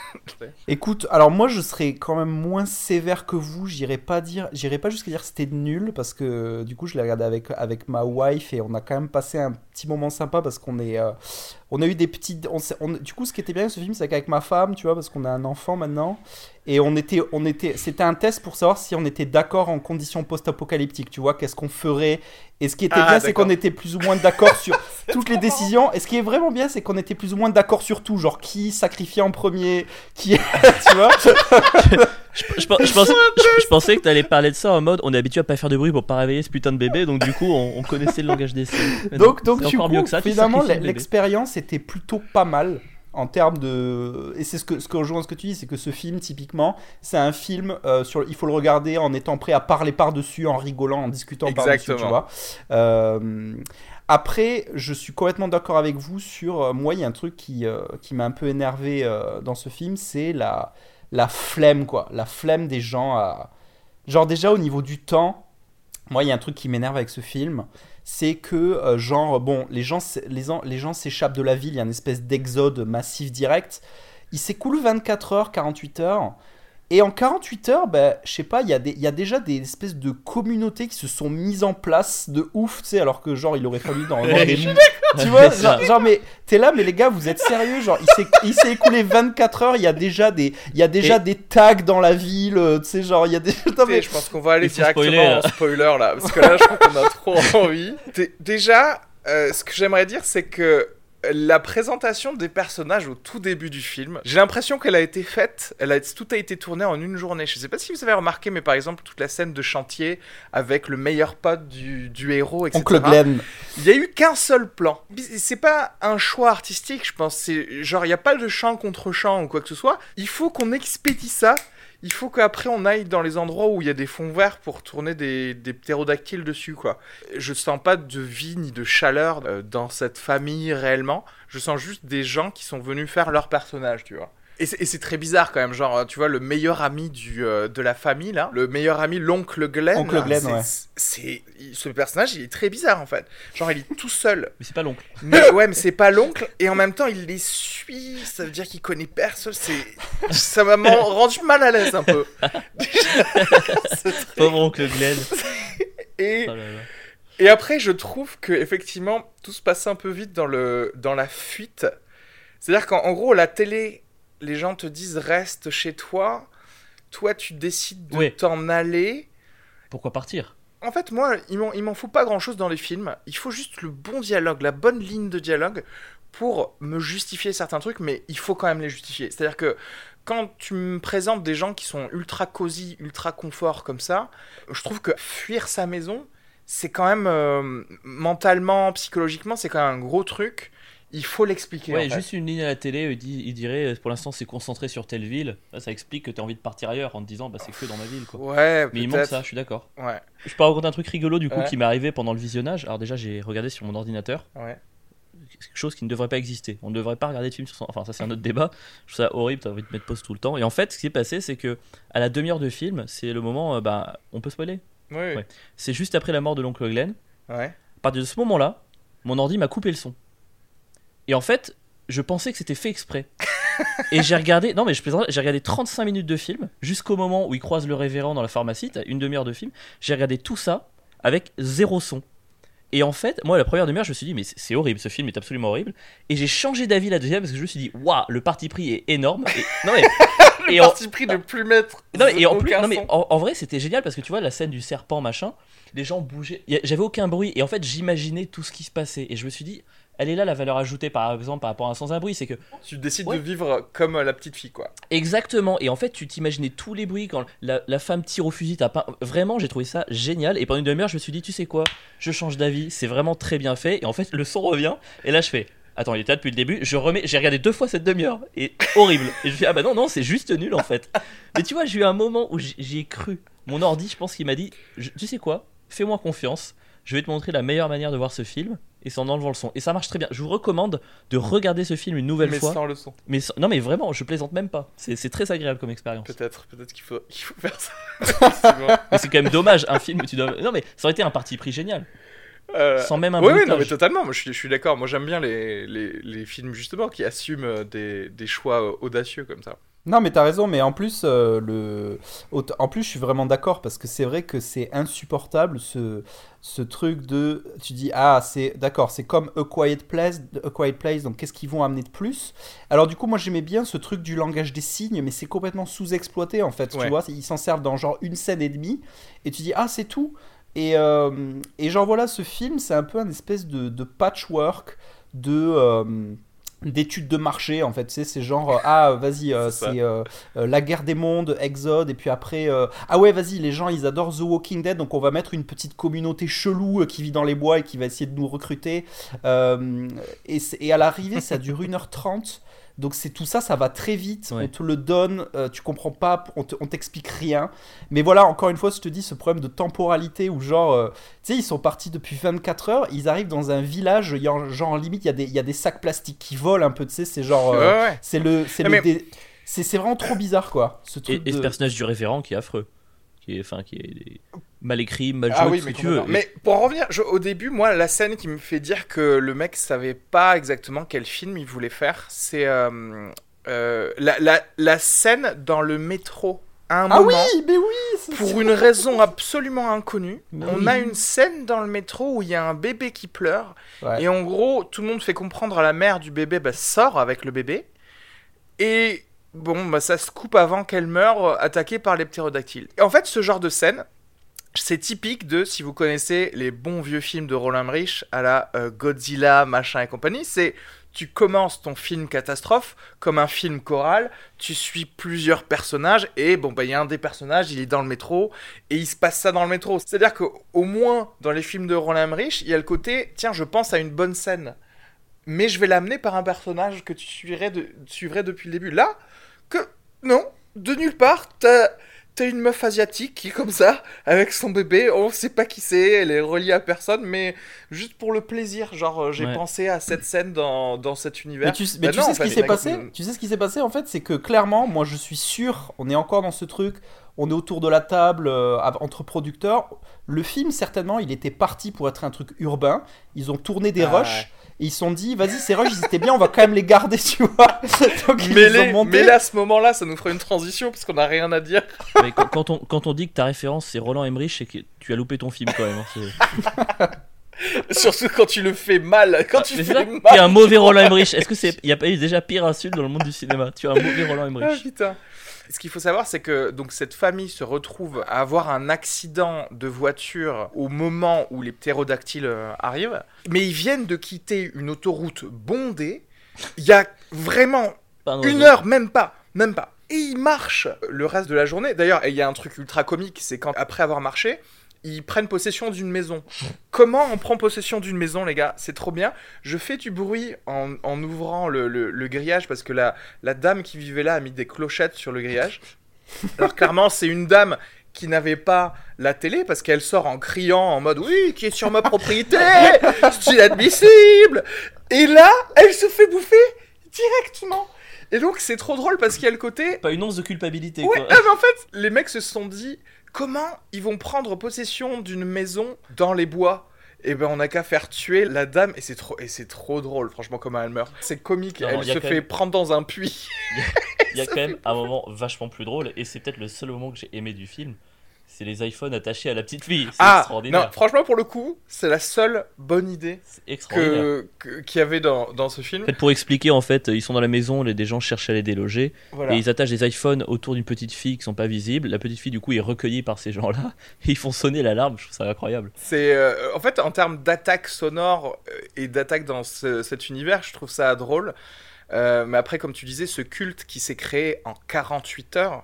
Écoute, alors moi, je serais quand même moins sévère que vous. J'irais pas dire, j'irais pas jusqu'à dire que c'était nul parce que du coup, je l'ai regardé avec avec ma wife et on a quand même passé un petit moment sympa parce qu'on est, euh, on a eu des petites, on, on, du coup, ce qui était bien avec ce film, c'est qu'avec ma femme, tu vois, parce qu'on a un enfant maintenant. Et on était, on était, c'était un test pour savoir si on était d'accord en conditions post-apocalyptiques, tu vois, qu'est-ce qu'on ferait. Et ce qui était ah, bien, d'accord. c'est qu'on était plus ou moins d'accord sur toutes les décisions. Et ce qui est vraiment bien, c'est qu'on était plus ou moins d'accord sur tout, genre qui sacrifiait en premier, qui, tu vois. je, je, je, pensais, je, je pensais que t'allais parler de ça en mode, on est habitué à pas faire de bruit pour pas réveiller ce putain de bébé, donc du coup, on, on connaissait le langage des signes. Donc, donc, du coup, ça, finalement, l'expérience était plutôt pas mal. En termes de... Et c'est ce que, ce que rejoint ce que tu dis, c'est que ce film, typiquement, c'est un film, euh, sur... il faut le regarder en étant prêt à parler par-dessus, en rigolant, en discutant Exactement. par-dessus, tu vois. Euh... Après, je suis complètement d'accord avec vous sur... Euh, moi, il y a un truc qui, euh, qui m'a un peu énervé euh, dans ce film, c'est la... la flemme, quoi. La flemme des gens à... Genre, déjà, au niveau du temps, moi, il y a un truc qui m'énerve avec ce film... c'est que, euh, genre, bon, les gens, les, les gens s'échappent de la ville, il y a une espèce d'exode massif direct. Il s'écoule vingt-quatre heures, quarante-huit heures. Et en quarante-huit heures, ben, je sais pas, il y, y a déjà des espèces de communautés qui se sont mises en place de ouf, tu sais, alors que, genre, il aurait fallu dans... dans des... Tu vois, genre, genre, mais t'es là, mais les gars, vous êtes sérieux? Genre, il s'est, il s'est écoulé vingt-quatre heures, il y a déjà des, il y a déjà Et... des tags dans la ville, tu sais, genre, il y a des... Non, mais... Je pense qu'on va aller directement spoiler, en spoiler, là, parce que là, je crois qu'on a trop envie. T'es... Déjà, euh, ce que j'aimerais dire, c'est que la présentation des personnages au tout début du film, j'ai l'impression qu'elle a été faite, elle a, tout a été tourné en une journée. Je sais pas si vous avez remarqué, mais par exemple, toute la scène de chantier avec le meilleur pote du, du héros, et cetera. Oncle Glenn. Il y a eu qu'un seul plan. C'est pas un choix artistique, je pense. C'est genre, il n'y a pas de chant contre chant ou quoi que ce soit. Il faut qu'on expédie ça. Il faut qu'après on aille dans les endroits où il y a des fonds verts pour tourner des, des ptérodactyles dessus, quoi. Je sens pas de vie ni de chaleur euh, dans cette famille réellement. Je sens juste des gens qui sont venus faire leur personnage, tu vois. Et c'est, et c'est très bizarre quand même, genre, tu vois, le meilleur ami du, euh, de la famille, là, le meilleur ami, l'oncle Glenn. Oncle là, Glenn, c'est, ouais. C'est, c'est, ce personnage, il est très bizarre, en fait. Genre, il est tout seul. Mais c'est pas l'oncle. Mais, ouais, mais c'est pas l'oncle, et en même temps, il les suit, ça veut dire qu'il connaît personne, c'est... Ça m'a rendu mal à l'aise, un peu. Très... Pauvre oncle Glenn. Et... Oh là là. Et après, je trouve que effectivement, tout se passe un peu vite dans, le, dans la fuite. C'est-à-dire qu'en en gros, la télé... Les gens te disent reste chez toi, toi tu décides de oui. t'en aller. Pourquoi partir ? En fait, moi, il m'en, il m'en faut pas grand-chose dans les films. Il faut juste le bon dialogue, la bonne ligne de dialogue pour me justifier certains trucs, mais il faut quand même les justifier. C'est-à-dire que quand tu me présentes des gens qui sont ultra cosy, ultra confort comme ça, je trouve que fuir sa maison, c'est quand même euh, mentalement, psychologiquement, c'est quand même un gros truc. Il faut l'expliquer. Ouais, en fait. Juste une ligne à la télé, il, dit, il dirait pour l'instant c'est concentré sur telle ville. Là, ça explique que tu as envie de partir ailleurs en te disant bah, c'est que dans ma ville. Quoi. Ouais, mais peut-être. il manque ça, je suis d'accord. Ouais. Je peux raconter un truc rigolo du coup ouais. qui m'est arrivé pendant le visionnage. Alors, déjà, j'ai regardé sur mon ordinateur. Ouais. Quelque chose qui ne devrait pas exister. On ne devrait pas regarder de film sur son. Enfin, ça, c'est un autre débat. Je trouve ça horrible, tu as envie de mettre pause tout le temps. Et en fait, ce qui s'est passé, c'est que à la demi-heure de film, c'est le moment. Euh, bah, on peut spoiler Oui. Ouais. C'est juste après la mort de l'oncle Glenn. Ouais. À partir de ce moment-là, mon ordi m'a coupé le son. Et en fait, je pensais que c'était fait exprès. Et j'ai regardé, non mais je plaisante, j'ai regardé trente-cinq minutes de film jusqu'au moment où il croise le révérend dans la pharmacie, t'as une demi-heure de film. J'ai regardé tout ça avec zéro son. Et en fait, moi la première demi-heure, je me suis dit mais c'est, c'est horrible, ce film est absolument horrible. Et j'ai changé d'avis la deuxième parce que je me suis dit waouh, le parti pris est énorme. Et, non mais le et parti en, pris de plus mettre. Non mais, et en plus, non mais son. en, en vrai c'était génial parce que tu vois la scène du serpent machin, les gens bougeaient, j'avais aucun bruit et en fait j'imaginais tout ce qui se passait et je me suis dit elle est là la valeur ajoutée par exemple par rapport à un sans-abri, c'est que Tu décides Ouais. de vivre comme euh, la petite fille, quoi. exactement, et en fait tu t'imaginais tous les bruits quand la, la femme tire au fusil, t'as pas... vraiment j'ai trouvé ça génial, et pendant une demi-heure je me suis dit tu sais quoi, je change d'avis, c'est vraiment très bien fait, et en fait le son revient, et là je fais attends il était là depuis le début, je remets, j'ai regardé deux fois cette demi-heure, et horrible, et je fais ah bah non non c'est juste nul en fait, mais tu vois j'ai eu un moment où j'y j'y ai cru, mon ordi je pense qu'il m'a dit je- tu sais quoi, fais-moi confiance, je vais te montrer la meilleure manière de voir ce film, et c'est en enlevant le son, et ça marche très bien, je vous recommande de regarder ce film une nouvelle Mais fois. sans le son. Mais sans- non, mais vraiment, je plaisante même pas. C'est c'est très agréable comme expérience. Peut-être, peut-être qu'il faut, qu'il faut faire ça. Effectivement. Mais c'est quand même dommage, un film où tu dois. Non, mais ça aurait été un parti pris génial. Euh, Sans même un Oui, oui, non, bruitage. mais totalement. Moi, je suis, je suis d'accord. Moi, j'aime bien les, les, les films, justement, qui assument euh, des, des choix euh, audacieux comme ça. Non, mais t'as raison, mais en plus, euh, le... aut- en plus, je suis vraiment d'accord parce que c'est vrai que c'est insupportable ce, ce truc de. Tu dis, ah, c'est d'accord, c'est comme A Quiet Place, A Quiet Place, donc qu'est-ce qu'ils vont amener de plus? Alors, du coup, moi j'aimais bien ce truc du langage des signes, mais c'est complètement sous-exploité en fait, Ouais. tu vois, ils s'en servent dans genre une scène et demie, et tu dis, ah, c'est tout. Et, euh, et genre voilà, ce film, c'est un peu un espèce de, de patchwork de. euh, d'études de marché en fait, tu sais, c'est genre euh, ah vas-y euh, C'est ça. c'est euh, euh, la guerre des mondes, Exode, et puis après euh, ah ouais vas-y les gens ils adorent The Walking Dead, donc on va mettre une petite communauté chelou euh, qui vit dans les bois et qui va essayer de nous recruter. Euh, et, c'est- et à l'arrivée ça dure une heure trente, donc c'est tout ça, ça va très vite, Ouais. on te le donne, euh, tu comprends pas, on, te- on t'explique rien, mais voilà, encore une fois je te dis ce problème de temporalité où genre euh, tu sais ils sont partis depuis vingt-quatre heures, ils arrivent dans un village, il y a, genre limite il y, a des- il y a des sacs plastiques qui volent un peu, tu sais, c'est genre euh, Ouais, ouais. c'est le c'est Ah, le mais- dé- c'est c'est vraiment trop bizarre quoi ce Et, truc et ce de... personnage du référent qui est affreux. Qui est, enfin, qui est mal écrit, mal joué, Ah tout oui, ce mais que tu veux. complètement. Mais pour en revenir, je- au début, moi, la scène qui me fait dire que le mec savait pas exactement quel film il voulait faire, c'est euh, euh, la, la, la scène dans le métro. À un Ah moment, oui mais oui c'est- pour une raison absolument inconnue, Mais on oui. a une scène dans le métro où il y a un bébé qui pleure. Ouais. Et en gros, tout le monde fait comprendre à la mère du bébé, bah, sort avec le bébé. Et bon, bah, ça se coupe avant qu'elle meure, euh, attaquée par les ptérodactyles. Et en fait, ce genre de scène, c'est typique de, si vous connaissez les bons vieux films de Roland Emmerich, à la euh, Godzilla, machin et compagnie, c'est tu commences ton film catastrophe comme un film choral, tu suis plusieurs personnages, et bon, bah, il y a un des personnages, il est dans le métro, et il se passe ça dans le métro. C'est-à-dire qu'au moins, dans les films de Roland Emmerich, il y a le côté, tiens, je pense à une bonne scène, mais je vais l'amener par un personnage que tu suivrais, de, suivrais depuis le début. Là, que, non, de nulle part, t'as... T'as une meuf asiatique qui est comme ça, avec son bébé, on sait pas qui c'est, elle est reliée à personne, mais juste pour le plaisir, genre euh, j'ai Ouais. pensé à cette scène dans, dans cet univers. Mais tu, mais Bah tu non, sais en ce qui fait, s'est mec, passé euh, Tu sais ce qui s'est passé en fait, c'est que clairement, moi je suis sûr, on est encore dans ce truc, on est autour de la table euh, av- entre producteurs. Le film certainement, il était parti pour être un truc urbain. Ils ont tourné des Ah, rushs. ouais. Et ils se sont dit, vas-y, ces rushs, ils étaient bien, on va quand même les garder, tu vois. Donc ils Mais, les ont les, montés. mais là, à ce moment-là, ça nous fera une transition, parce qu'on a rien à dire. Mais quand, quand on, quand on dit que ta référence c'est Roland Emmerich, c'est que tu as loupé ton film quand même. hein, c'est- Surtout quand tu le fais mal. Quand tu Mais fais c'est là, mal. t'es un mauvais Roland Emmerich. Est-ce que c'est. Il n'y a pas eu déjà pire insulte dans le monde du cinéma. Tu es un mauvais Roland Ah, Emmerich. putain. Ce qu'il faut savoir, c'est que donc cette famille se retrouve à avoir un accident de voiture au moment où les ptérodactyles euh, arrivent. Mais ils viennent de quitter une autoroute bondée. Il y a vraiment Pas un une oiseau. heure, même pas, même pas. Et ils marchent le reste de la journée. D'ailleurs, il y a un truc ultra comique, c'est quand après avoir marché, ils prennent possession d'une maison. Comment on prend possession d'une maison, les gars? C'est trop bien. Je fais du bruit en, en ouvrant le, le- le grillage parce que la, la dame qui vivait là a mis des clochettes sur le grillage. Alors clairement, c'est une dame qui n'avait pas la télé parce qu'elle sort en criant en mode « Oui, qui est sur ma propriété, c'est inadmissible !» Et là, elle se fait bouffer directement. Et donc, c'est trop drôle parce qu'il y a le côté... Pas une once de culpabilité. Ouais, quoi. ah, mais en fait, les mecs se sont dit comment ils vont prendre possession d'une maison dans les bois. Et ben, on n'a qu'à faire tuer la dame, et c'est trop, et c'est trop drôle, franchement, comment elle meurt. C'est comique, Non, elle y a se quand fait même- prendre dans un puits. Il y a quand même un moment vachement plus drôle, et c'est peut-être le seul moment que j'ai aimé du film. C'est les iPhones attachés à la petite fille. C'est Ah, extraordinaire. non, franchement, pour le coup, c'est la seule bonne idée C'est extraordinaire. que, que- qu'il y avait dans, dans ce film. En fait, pour expliquer, en fait, ils sont dans la maison, les- des gens cherchent à les déloger, Voilà. et ils attachent des iPhones autour d'une petite fille qui sont pas visibles. La petite fille, du coup, est recueillie par ces gens-là, et ils font sonner l'alarme. Je trouve ça incroyable. C'est euh, en fait en termes d'attaque sonore euh, et d'attaque dans ce- cet univers, je trouve ça drôle. Euh, mais après, comme tu disais, ce culte qui s'est créé en quarante-huit heures,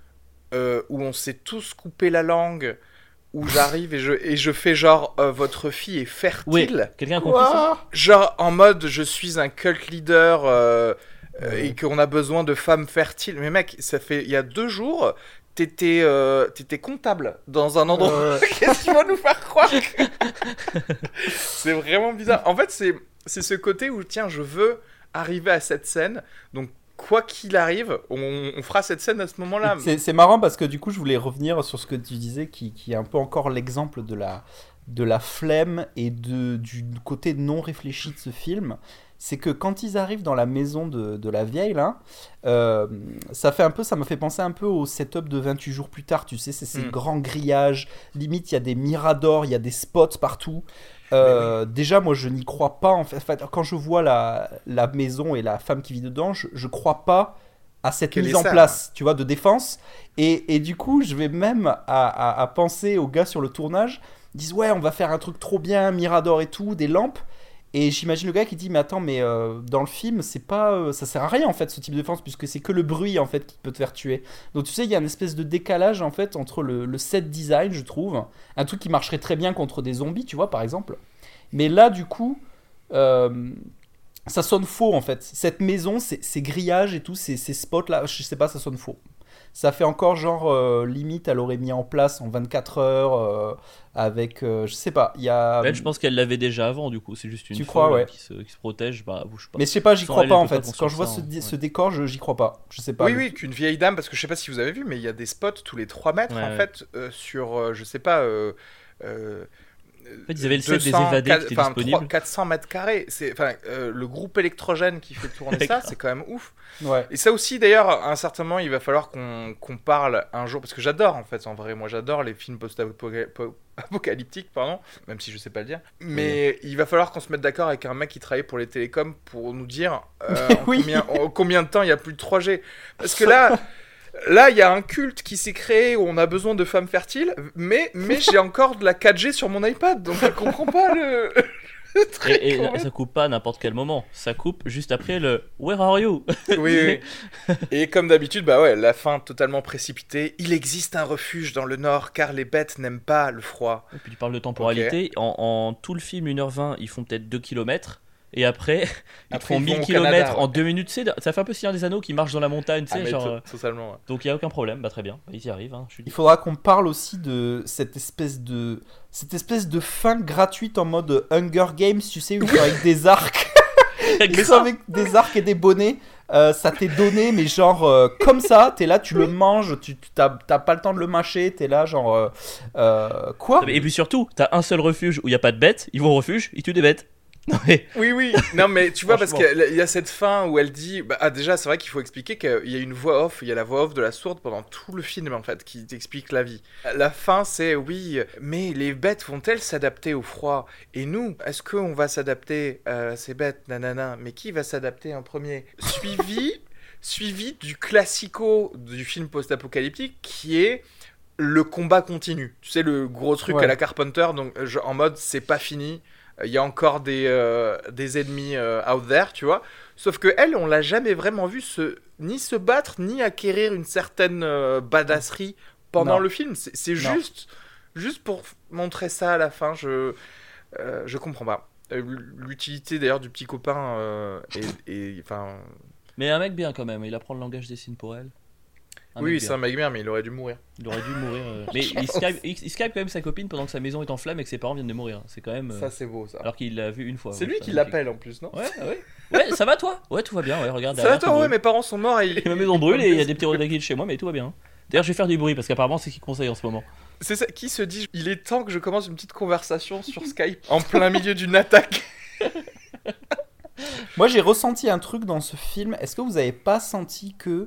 euh, où on s'est tous coupé la langue, où j'arrive et je, et je fais genre euh, votre fille est fertile. Quelqu'un a compris ça? Genre en mode je suis un cult leader euh, euh, Ouais. et qu'on a besoin de femmes fertiles. Mais mec, ça fait il y a deux jours, t'étais euh, t'étais comptable dans un endroit. Ouais. Qu'est-ce qu'ils vont nous faire croire que- C'est vraiment bizarre. En fait, c'est c'est ce côté où tiens, je veux arriver à cette scène. Donc quoi qu'il arrive, on, on fera cette scène à ce moment-là. C'est, c'est marrant parce que du coup, je voulais revenir sur ce que tu disais, qui, qui est un peu encore l'exemple de la, de la flemme et de, du côté non réfléchi de ce film. C'est que quand ils arrivent dans la maison de, de la vieille, là, euh, ça fait un peu, ça m'a fait penser un peu au setup de vingt-huit jours plus tard, tu sais, c'est ces Mm. grands grillages, limite il y a des miradors, il y a des spots partout. Euh, Déjà, moi, je n'y crois pas. En fait, En fait, quand je vois la, la maison et la femme qui vit dedans, je, je crois pas à cette Qu'elle mise est en sale. place, tu vois, de défense. Et, et du coup, je vais même à, à, à penser aux gars sur le tournage, ils disent ouais, on va faire un truc trop bien, mirador et tout, des lampes. Et j'imagine le gars qui dit mais attends, mais euh, dans le film, c'est pas, euh, ça sert à rien en fait ce type de défense puisque c'est que le bruit en fait qui peut te faire tuer. Donc tu sais, il y a une espèce de décalage en fait entre le, le set design, je trouve, un truc qui marcherait très bien contre des zombies, tu vois, par exemple. Mais là, du coup, euh, ça sonne faux en fait. Cette maison, ces, ces grillages et tout, ces, ces spots là, je sais pas, ça sonne faux. Ça fait encore genre euh, limite, elle aurait mis en place en vingt-quatre heures euh, avec, euh, je sais pas, il y a. Elle, je pense qu'elle l'avait déjà avant, du coup. C'est juste une Tu folle crois, ouais. qui, se, qui se protège. Bah, je sais pas. Mais je sais pas, j'y Sans crois elle, pas elle en peut pas fait. Quand je vois construire ce, ça, di- hein. ce décor, je, j'y crois pas. Je sais pas. Oui, Le- oui, qu'une vieille dame, parce que je sais pas si vous avez vu, mais il y a des spots tous les trois mètres Ouais, en ouais. fait euh, sur, euh, je sais pas. Euh, euh, En fait, ils avaient le set des deux cents, évadés qui était enfin, disponible. trois- quatre cents mètres carrés. C'est, enfin, euh, le groupe électrogène qui fait tourner ça, c'est quand même ouf. Ouais. Et ça aussi, d'ailleurs, à un certain moment, il va falloir qu'on, qu'on parle un jour, parce que j'adore, en fait, en vrai, moi j'adore les films post-apocalyptiques, pardon, même si je sais pas le dire. Mais il va falloir qu'on se mette d'accord avec un mec qui travaille pour les télécoms pour nous dire euh, en Oui. combien, en combien de temps il y a plus de trois G. Parce que là... Là, il y a un culte qui s'est créé où on a besoin de femmes fertiles, mais, mais j'ai encore de la quatre G sur mon iPad, donc je comprends pas le... le truc, Et, et quand là, même. ça coupe pas à n'importe quel moment. Ça coupe juste après le Where are you? Oui, oui. Et comme d'habitude, bah ouais, la fin totalement précipitée. Il existe un refuge dans le nord car les bêtes n'aiment pas le froid. Et puis tu parles de temporalité. En, en tout le film, une heure vingt, ils font peut-être deux kilomètres. Et après, ils Après, font ils vont mille au kilomètres Canada, ouais. en deux minutes. Tu sais, ça fait un peu Seigneur des Anneaux qui marche dans la montagne. Tu sais, Ah, mais genre, to- euh, totalement, ouais. donc il n'y a aucun problème. Bah, très bien. Ils y arrivent. Hein, je suis Il faudra qu'on parle aussi de cette espèce de cette espèce de fin gratuite en mode Hunger Games, tu sais, où ils sont avec des arcs. Ils sont avec des arcs et des bonnets. Euh, ça t'est donné, mais genre euh, comme ça, t'es là, tu le manges, tu tu- t'as t'as pas le temps de le mâcher, t'es là, genre euh, euh, quoi? Et puis surtout, t'as un seul refuge où il n'y a pas de bêtes. Ils vont au refuge, ils tuent des bêtes. Non, mais... Oui, oui. Non, mais tu vois, parce Franchement. qu'il y a cette fin où elle dit... Bah, ah, déjà, c'est vrai qu'il faut expliquer qu'il y a une voix off. Il y a la voix off de la sourde pendant tout le film, en fait, qui t'explique la vie. La fin, c'est, oui, mais les bêtes vont-elles s'adapter au froid? Et nous, est-ce qu'on va s'adapter à ces bêtes? Nanana. Mais qui va s'adapter en premier? Suivi, suivi du classico du film post-apocalyptique, qui est... le combat continue. Tu sais, le gros truc Ouais. à la Carpenter, donc euh, je- en mode, c'est pas fini. Il y a encore des, euh, des ennemis euh, out there, tu vois. Sauf que elle, on l'a jamais vraiment vu se, ni se battre, ni acquérir une certaine euh, badasserie pendant Non. le film. C'est, c'est Non. juste, juste pour f- montrer ça à la fin. Je, euh, je comprends pas. Euh, L'utilité d'ailleurs du petit copain euh, est, est- enfin, mais un mec bien quand même. Il apprend le langage des signes pour elle. Un oui, mec c'est bien. un mec bien, mais il aurait dû mourir. Il aurait dû mourir. euh, Mais il Skype, il, il Skype quand même sa copine pendant que sa maison est en flammes et que ses parents viennent de mourir. C'est quand même. euh, Ça, c'est beau, ça. Alors qu'il l'a vu une fois. C'est ouais, lui ça, qui magnifique. l'appelle en plus, non? Ouais, ouais. Ouais, ça va toi? Ouais, tout va bien. Ouais, regarde. Ça va derrière, toi? tout Ouais, brûle. mes parents sont morts et il... Et ma maison brûle et il y a des petits rodaquilles chez moi, mais tout va bien. D'ailleurs, je vais faire du bruit parce qu'apparemment, c'est ce qu'il conseille en ce moment. C'est ça, qui se dit, il est temps que je commence une petite conversation sur Skype en plein milieu d'une attaque. Moi, j'ai ressenti un truc dans ce film. Est-ce que vous avez pas senti que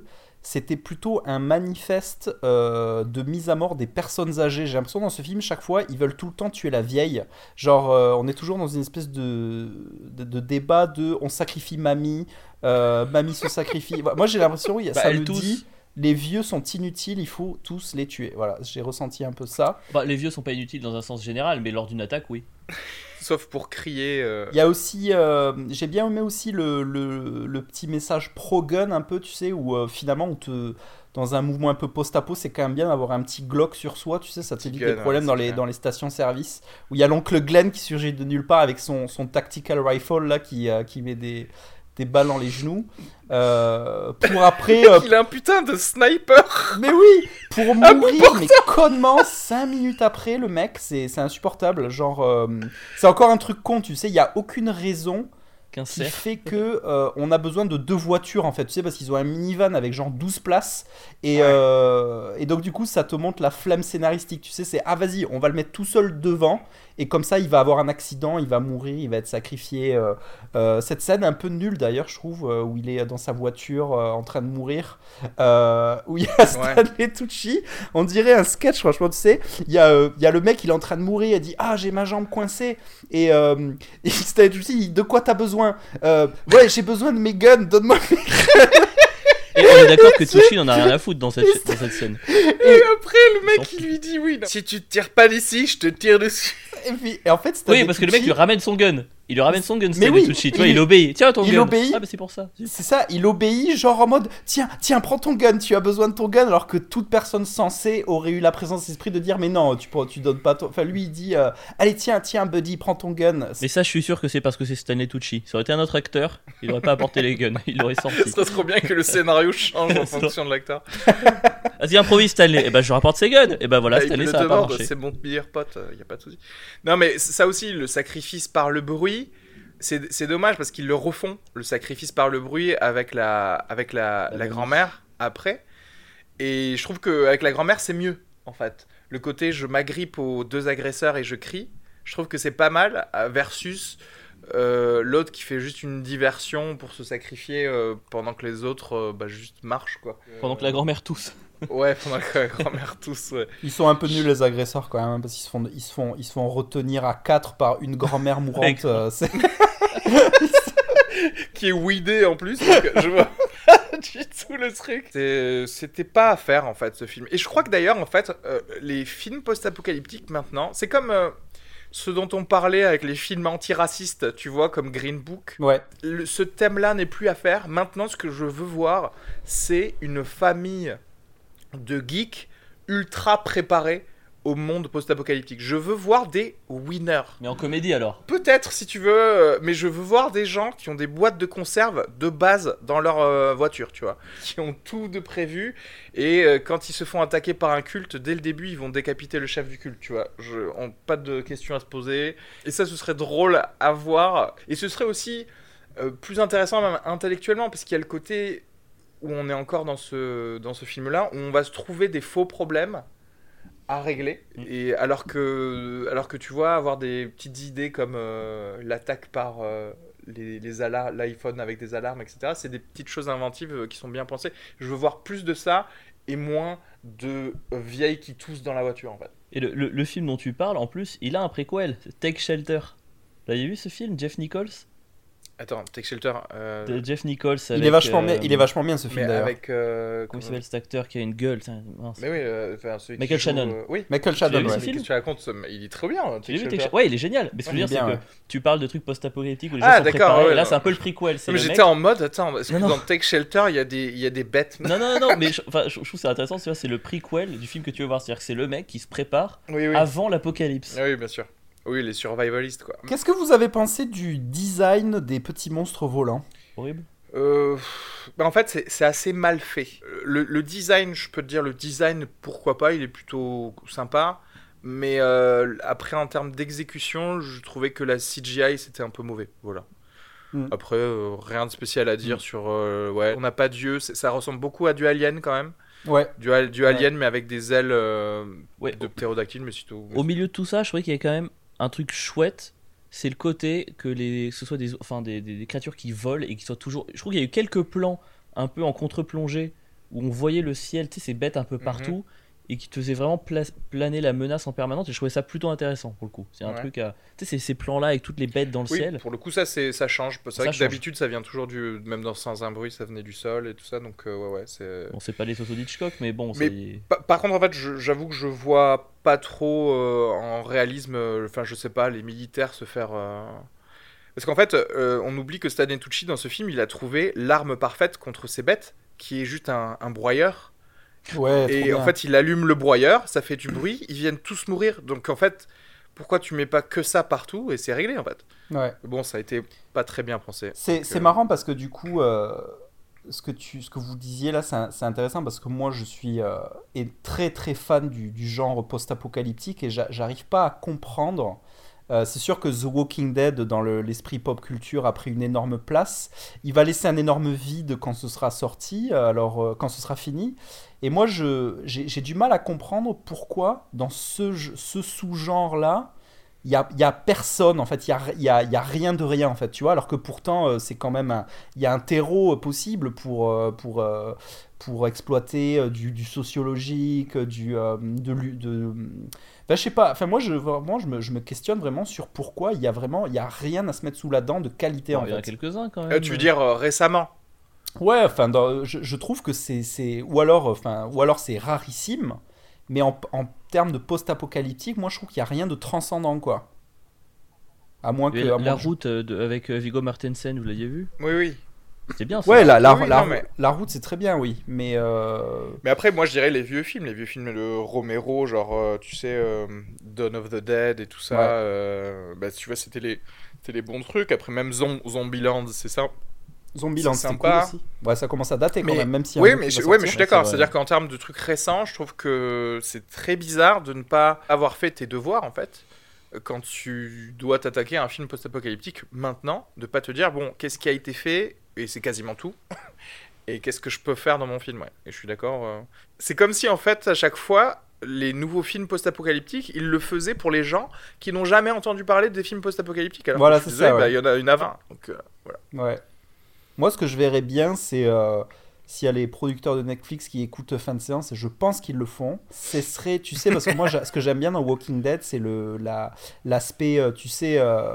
c'était plutôt un manifeste euh, de mise à mort des personnes âgées. J'ai l'impression dans ce film, chaque fois, ils veulent tout le temps tuer la vieille. Genre, euh, on est toujours dans une espèce de, de, de débat de on sacrifie mamie, euh, mamie se sacrifie. Moi, j'ai l'impression, oui, Bah, ça elles me tous. dit, les vieux sont inutiles, il faut tous les tuer. Voilà, j'ai ressenti un peu ça. Bah, les vieux sont pas inutiles dans un sens général, mais lors d'une attaque, oui. Sauf pour crier. euh, Il y a aussi, euh, j'ai bien aimé aussi le, le, le petit message pro-gun un peu, tu sais, où euh, finalement, on te, dans un mouvement un peu post-apo, c'est quand même bien d'avoir un petit Glock sur soi, tu sais, ça Petit t'évite gun, les problèmes ouais, dans c'est les, clair. dans les stations-service, où il y a l'oncle Glenn qui surgit de nulle part avec son, son tactical rifle, là, qui, euh, qui met des, des balles dans les genoux, euh, pour après... euh, Il a un putain de sniper. mais oui, pour Ah, mourir, mais connement, cinq minutes après, le mec, c'est c'est insupportable. Genre, euh, c'est encore un truc con, tu sais, il n'y a aucune raison Qu'un qui cerf. fait que euh, on a besoin de deux voitures, en fait, tu sais, parce qu'ils ont un minivan avec genre douze places, et, Ouais. euh, et donc du coup, ça te montre la flamme scénaristique, tu sais, c'est, ah vas-y, on va le mettre tout seul devant, et comme ça, il va avoir un accident, il va mourir, il va être sacrifié. euh, euh, cette scène un peu nulle, d'ailleurs, je trouve, euh, où il est dans sa voiture, euh, en train de mourir, euh, où il y a Stanley Tucci, on dirait un sketch, franchement, tu sais, il y, a, euh, il y a le mec, il est en train de mourir, il dit, ah, j'ai ma jambe coincée, et, euh, et Stanley Tucci, il dit, de quoi t'as besoin? Euh, ouais, j'ai besoin de mes guns, donne-moi mes Et on est d'accord que Tucci n'en a rien à foutre dans cette, dans cette scène. Et après, le S'en mec, il lui dit oui. non. Si tu te tires pas d'ici, je te tire dessus. Et puis, et en fait, Stanley Oui, parce que le mec Tucci, lui ramène son gun. Il lui ramène son gun, Mais Stanley oui, Tucci. Tu vois, il- il obéit. Tiens, ton il gun. obéit. Ah, bah c'est pour ça. c'est ça, il obéit, genre en mode, tiens, tiens, prends ton gun, tu as besoin de ton gun, alors que toute personne sensée aurait eu la présence d'esprit de dire, mais non, tu, tu donnes pas ton. Enfin, lui, il dit, euh, allez, tiens, tiens, buddy, prends ton gun. Mais ça, je suis sûr que c'est parce que c'est Stanley Tucci. Ça aurait été un autre acteur, il aurait pas apporté les guns. Il l'aurait sorti. Ce serait trop bien que le scénario change en fonction de l'acteur. Vas-y, improvise Stanley. Et bah, je lui rapporte ses guns. Et bah voilà, Bah, il Stanley, me ça le a pas demande, marché. c'est mon meilleur pote, il y a pas de souci. Non, mais ça aussi, le sacrifice par le bruit, c'est c'est dommage parce qu'ils le refont, le sacrifice par le bruit avec la, avec la, la mamie. grand-mère après. Et je trouve qu'avec la grand-mère, c'est mieux, en fait. Le côté je m'agrippe aux deux agresseurs et je crie, je trouve que c'est pas mal, euh, versus euh, l'autre qui fait juste une diversion pour se sacrifier euh, pendant que les autres euh, bah, juste marchent, quoi. Pendant que la grand-mère tousse. Ouais, pendant que la grand-mère tous, ouais. Ils sont un peu nuls, les agresseurs, quand même, hein, parce qu'ils se font, ils se font, ils se font retenir à quatre par une grand-mère mourante. Avec- euh, c'est- Qui est weedé en plus, donc je vois pas du tout le truc. C'est- C'était pas à faire en fait ce film. Et je crois que d'ailleurs en fait, euh, les films post-apocalyptiques maintenant, c'est comme euh, ce dont on parlait avec les films antiracistes, tu vois, comme Green Book. Ouais. Le- ce thème-là n'est plus à faire. Maintenant, ce que je veux voir, c'est une famille de geeks ultra préparés au monde post-apocalyptique. Je veux voir des winners. Mais en comédie alors. Peut-être si tu veux, euh, mais je veux voir des gens qui ont des boîtes de conserve de base dans leur euh, voiture, tu vois, qui ont tout de prévu, et euh, quand ils se font attaquer par un culte, dès le début, ils vont décapiter le chef du culte, tu vois. Je, on, pas de questions à se poser, et ça, ce serait drôle à voir, et ce serait aussi euh, plus intéressant même intellectuellement, parce qu'il y a le côté où on est encore dans ce, dans ce film-là, où on va se trouver des faux problèmes à régler, Mm. et alors que, alors que tu vois, avoir des petites idées comme euh, l'attaque par euh, les, les alarmes, l'iPhone avec des alarmes, et cetera, c'est des petites choses inventives euh, qui sont bien pensées. Je veux voir plus de ça et moins de euh, vieilles qui toussent dans la voiture, en fait. Et le, le, le film dont tu parles, en plus, il a un préquel. C'est Take Shelter. Vous l'avez vu ce film, Jeff Nichols Attends, Take Shelter. Euh... De Jeff Nichols avec, Il est vachement euh, bien. Il est vachement bien ce Mais film d'ailleurs. avec. Euh, Comment il comment- s'appelle cet acteur qui a une gueule tiens, mince. Mais oui, euh, enfin, celui Michael qui joue, Shannon. euh, Oui. Michael Tu Shannon, l'as vu, ouais. ce Mais film qu'est-ce que tu racontes, il est trop bien. hein, Tu l'as Take vu, Shelter. Take- Ouais, il est génial. Mais ce que je veux Ouais, dire, c'est bien, que ouais. tu parles de trucs post-apocalyptiques où les gens Ah, sont d'accord, préparés. ouais, et là, non. c'est un peu le prequel. C'est Non, mais le j'étais mec- en mode, attends, parce que Non, non. dans Take Shelter, il y a des, il y a des bêtes. Non, non, non, non, mais je, enfin, je, je trouve que c'est intéressant, tu vois, c'est le prequel du film que tu veux voir. C'est-à-dire que c'est le mec qui se prépare Oui, oui. avant l'apocalypse. Oui, bien sûr. Oui, les survivalistes, quoi. Qu'est-ce que vous avez pensé du design des petits monstres volants? Horrible. Euh, bah en fait, c'est c'est assez mal fait. Le, le design, je peux te dire, le design, pourquoi pas, il est plutôt sympa. Mais euh, après, en termes d'exécution, je trouvais que la C G I, c'était un peu mauvais. Voilà. Mm. Après, euh, rien de spécial à dire Mm. sur... euh, ouais, on n'a pas d'yeux. c'est- Ça ressemble beaucoup à du Alien, quand même. Ouais. Du, al- du Alien, mais avec des ailes euh, Ouais. de ptérodactyle, mais c'est tout. Au milieu de tout ça, je trouvais qu'il y avait quand même un truc chouette. C'est le côté que, les, que ce soit des, enfin, des, des, des créatures qui volent et qui soient toujours. Je trouve qu'il y a eu quelques plans un peu en contre-plongée où on voyait le ciel, tu sais, ces bêtes un peu partout, Mhm. et qui te faisait vraiment pla- planer la menace en permanence. Et je trouvais ça plutôt intéressant pour le coup. C'est un Ouais. truc à. Tu sais, c'est ces plans-là avec toutes les bêtes dans le Oui, ciel. pour le coup, ça, c'est, ça change. C'est vrai Ça que change. d'habitude, ça vient toujours du. Même dans Sans un bruit, ça venait du sol et tout ça. Donc, euh, ouais, ouais, c'est. Bon, c'est pas les Toto d'Hitchcock, mais bon, Mais- c'est. Pa- Par contre, en fait, je- j'avoue que je vois pas trop euh, en réalisme. euh, Enfin, je sais pas, les militaires se faire. euh, Parce qu'en fait, euh, on oublie que Stanley Tucci, dans ce film, il a trouvé l'arme parfaite contre ces bêtes, qui est juste un, un broyeur. Ouais, trop Et bien. en fait, il allume le broyeur, ça fait du bruit, ils viennent tous mourir. Donc en fait, pourquoi tu mets pas que ça partout et c'est réglé en fait. Ouais. Bon, ça a été pas très bien pensé. C'est Donc, c'est euh, marrant parce que du coup, euh, ce, que tu, ce que vous disiez là, c'est un- c'est intéressant parce que moi je suis euh, et très très fan du, du genre post-apocalyptique et j'a- j'arrive pas à comprendre. Euh, c'est sûr que The Walking Dead, dans le- l'esprit pop culture, a pris une énorme place. Il va laisser un énorme vide quand ce sera sorti, euh, alors euh, quand ce sera fini. Et moi, je- j'ai j'ai du mal à comprendre pourquoi, dans ce, ge- ce sous-genre-là, il y a, il y a personne, en fait, il y a, il y a, il y a rien de rien, en fait, tu vois, alors que pourtant, euh, c'est quand même un, il y a un terreau euh, possible pour, euh, pour, euh, pour exploiter euh, du, du sociologique, du, euh, de, l'u- de, enfin, je sais pas, enfin, moi, je, vraiment, je me, je me questionne vraiment sur pourquoi il y a vraiment, il y a rien à se mettre sous la dent de qualité, Bon, en il y en a fait. quelques-uns quand même. euh, tu veux dire euh, récemment? Ouais, enfin, dans- je, je trouve que c'est, c'est, ou alors, enfin, ou alors c'est rarissime, mais en, en termes de post-apocalyptique, moi, je trouve qu'il y a rien de transcendant, quoi. À moins que, Et à la moins que je- route euh, de- avec euh, Viggo Mortensen, vous l'aviez vu? Oui, oui. C'était bien ça. Ouais, la, la, Oui, oui, la, non, mais- la route, c'est très bien, oui, mais euh, Mais après, moi, je dirais les vieux films, les vieux films de Romero, genre, euh, tu sais, euh, Dawn of the Dead et tout ça. Ouais. euh, bah, tu vois, c'était les, c'était les bons trucs. Après, même Zom- Zombieland, c'est ça. Zombieland, C'est c'était cool sympa. aussi. Ouais, ça commence à dater quand Mais- même, même si. un Oui, autre mais qui je, va ouais, mais je sortir. suis Ouais, d'accord. c'est vrai. C'est-à-dire qu'en termes de trucs récents, je trouve que c'est très bizarre de ne pas avoir fait tes devoirs, en fait, quand tu dois t'attaquer à un film post-apocalyptique maintenant, de pas te dire, bon, qu'est-ce qui a été fait, et c'est quasiment tout, et qu'est-ce que je peux faire dans mon film, ouais. Et je suis d'accord. euh. C'est comme si, en fait, à chaque fois, les nouveaux films post-apocalyptiques, ils le faisaient pour les gens qui n'ont jamais entendu parler des films post-apocalyptiques. Alors Voilà, que je suis c'est ça, désolé, bah, ouais. il y en a une à vingt. Donc, euh, voilà. Ouais. Moi, ce que je verrais bien, c'est euh, s'il y a les producteurs de Netflix qui écoutent Fin de séance, et je pense qu'ils le font, ce serait, tu sais, parce que moi, j'a- ce que j'aime bien dans Walking Dead, c'est le, la, l'aspect, euh, tu sais, euh,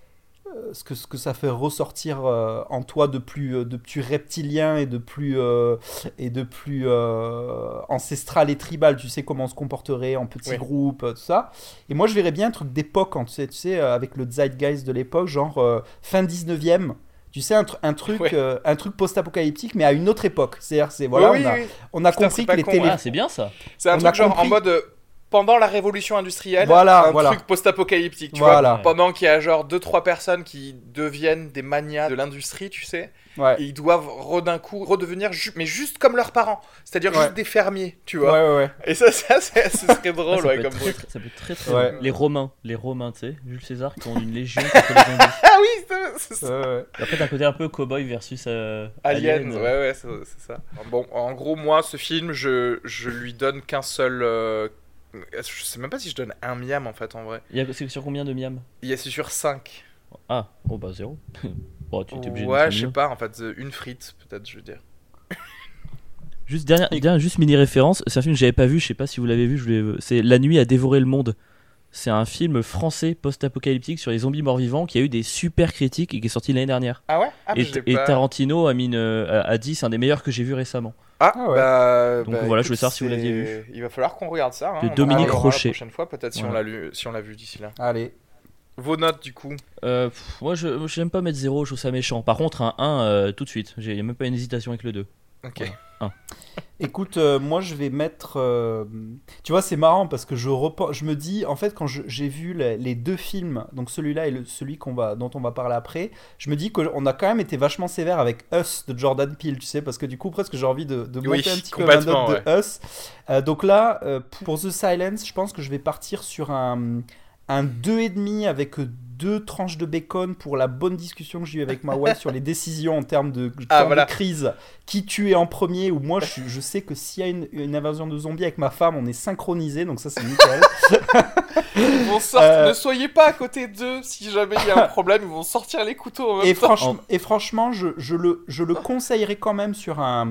euh, ce, que, ce que ça fait ressortir euh, en toi de plus, euh, de plus reptilien et de plus, euh, et de plus euh, ancestral et tribal, tu sais, comment on se comporterait en petits Oui. groupes, euh, tout ça. Et moi, je verrais bien un truc d'époque, hein, tu sais, tu sais euh, avec le zeitgeist de l'époque, genre euh, fin dix-neuvième. Tu sais, un, tr- un truc, Ouais. euh, un truc post-apocalyptique, mais à une autre époque. C'est-à-dire, c'est, voilà, Oui, on a, oui, oui. on a Putain, compris c'est pas que les con, télé... Ah, c'est bien ça. C'est un On truc a genre compris- en mode euh, pendant la révolution industrielle, Voilà, un voilà. truc post-apocalyptique, tu Voilà. vois. Pendant qu'il y a genre deux trois personnes qui deviennent des manias de l'industrie, tu sais, Ouais. et ils doivent re- d'un coup redevenir ju- mais juste comme leurs parents, c'est-à-dire Ouais. juste des fermiers, tu Ouais, vois. ouais, ouais. Et ça, ça, c'est- ce serait Ah, drôle, ça, ouais, peut comme être très, truc. très- ça peut être très très Ouais. bien. Les Romains, les Romains, tu sais, Jules César qui ont une légion contre les zombies. Ah oui, c'est- c'est ça. Ouais, ouais. Et après, t'as un côté un peu cowboy versus euh, Aliens, Alien. ouais, ouais, c'est c'est ça. Bon, en gros, moi, ce film, je, je lui donne qu'un seul. euh, Je sais même pas si je donne un miam en fait, en vrai. Il y a- C'est sur combien de miam? Il y a c'est sur cinq. Ah, oh bah zéro. Bon, tu t'es obligé de Ouais, mettre je sais mieux. pas, en fait, euh, une frite, peut-être, je veux dire. Juste dernière, dernière- juste mini référence, c'est un film que j'avais pas vu, je sais pas si vous l'avez vu, je voulais- c'est La nuit a dévoré le monde. C'est un film français post-apocalyptique sur les zombies morts-vivants qui a eu des super critiques et qui est sorti l'année dernière. Ah ouais ah, mais et, je l'ai et pas... Tarantino a, mis une- a, a dit c'est un des meilleurs que j'ai vu récemment. Ah, Ah ouais. bah, Donc bah, voilà, écoute, je voulais savoir si vous c'est- l'aviez vu. Il va falloir qu'on regarde ça. Hein. De On en Dominique parlera Rocher. La prochaine fois, peut-être si, on Voilà. l'a lu, si on l'a vu d'ici là. Allez. Vos notes, du coup. Euh, pff, moi je j'aime pas mettre zéro, je trouve ça méchant. Par contre un un euh, tout de suite, j'ai y a même pas une hésitation avec le deux. Ok. Voilà. Écoute, euh, moi je vais mettre. euh, Tu vois, c'est marrant parce que je, repen- je me dis, en fait, quand je- j'ai vu les, les deux films, donc celui-là et le- celui qu'on va, dont on va parler après, je me dis qu'on a quand même été vachement sévère avec Us de Jordan Peele, tu sais, parce que du coup, presque j'ai envie de, de Oui, monter un petit peu ma complètement, note de Us. Euh, donc là, euh, pour The Silence, je pense que je vais partir sur un, un deux virgule cinq avec deux tranches de bacon pour la bonne discussion que j'ai eue avec ma wife sur les décisions en termes de temps Ah, voilà. de crise. Qui tuer en premier, ou moi je, je sais que s'il y a une, une invasion de zombies avec ma femme, on est synchronisés, donc ça c'est nickel. Ils vont sortir- Euh. Ne soyez pas à côté d'eux si jamais il y a un problème, ils vont sortir les couteaux en même et, temps. franchement, et franchement, je, je, le, je le conseillerais quand même sur un,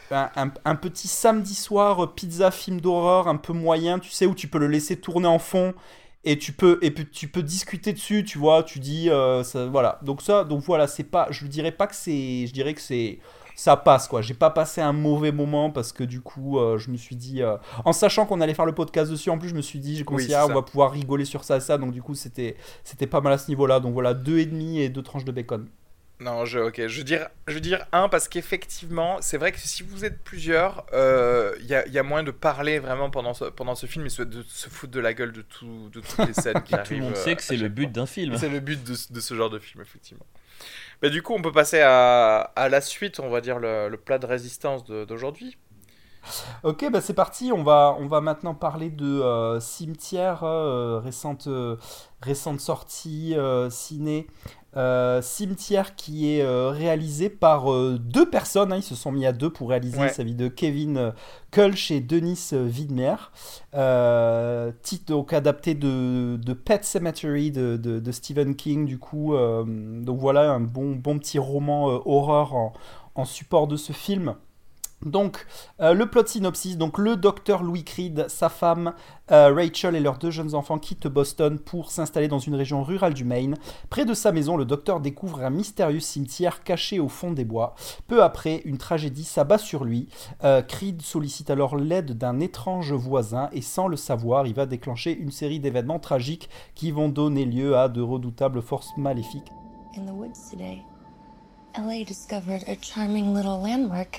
un, un, un petit samedi soir pizza film d'horreur un peu moyen, tu sais, où tu peux le laisser tourner en fond et tu peux et puis tu peux discuter dessus, tu vois, tu dis euh, ça, voilà. Donc ça donc voilà, c'est pas je dirais pas que c'est je dirais que c'est ça passe quoi. J'ai pas passé un mauvais moment parce que du coup euh, je me suis dit euh, en sachant qu'on allait faire le podcast dessus en plus je me suis dit j'ai Oui, conseillé c'est ah, ça. on va pouvoir rigoler sur ça et ça donc du coup c'était c'était pas mal à ce niveau-là. Donc voilà, deux et demi et deux tranches de bacon. Non, je, ok, je veux dire, je veux dire un parce qu'effectivement, c'est vrai que si vous êtes plusieurs, il euh, y, a, y a moyen de parler vraiment pendant ce, pendant ce film et de se foutre de la gueule de, tout, de toutes les scènes qui arrivent. Tout le monde sait que c'est le but d'un film. C'est le but de, de ce genre de film, effectivement. Bah, du coup, on peut passer à, à la suite, on va dire le, le plat de résistance de, d'aujourd'hui. Ok, bah c'est parti. On va, on va maintenant parler de euh, Cimetière, euh, récente, euh, récente sortie euh, ciné. Euh, Cimetière qui est euh, réalisé par euh, deux personnes. Hein, ils se sont mis à deux pour réaliser. Ouais. Il s'agit de Kevin euh, Kulch et Denis euh, Widmer. Euh, titre donc adapté de, de Pet Sematary de, de, de Stephen King. Du coup, euh, donc voilà un bon, bon petit roman euh, horreur en, en support de ce film. Donc, euh, le plot synopsis, donc le docteur Louis Creed, sa femme euh, Rachel et leurs deux jeunes enfants quittent Boston pour s'installer dans une région rurale du Maine. Près de sa maison, le docteur découvre un mystérieux cimetière caché au fond des bois. Peu après, une tragédie s'abat sur lui. Euh, Creed sollicite alors l'aide d'un étrange voisin et sans le savoir, il va déclencher une série d'événements tragiques qui vont donner lieu à de redoutables forces maléfiques. In the woods today, L A discovered a charming little landmark.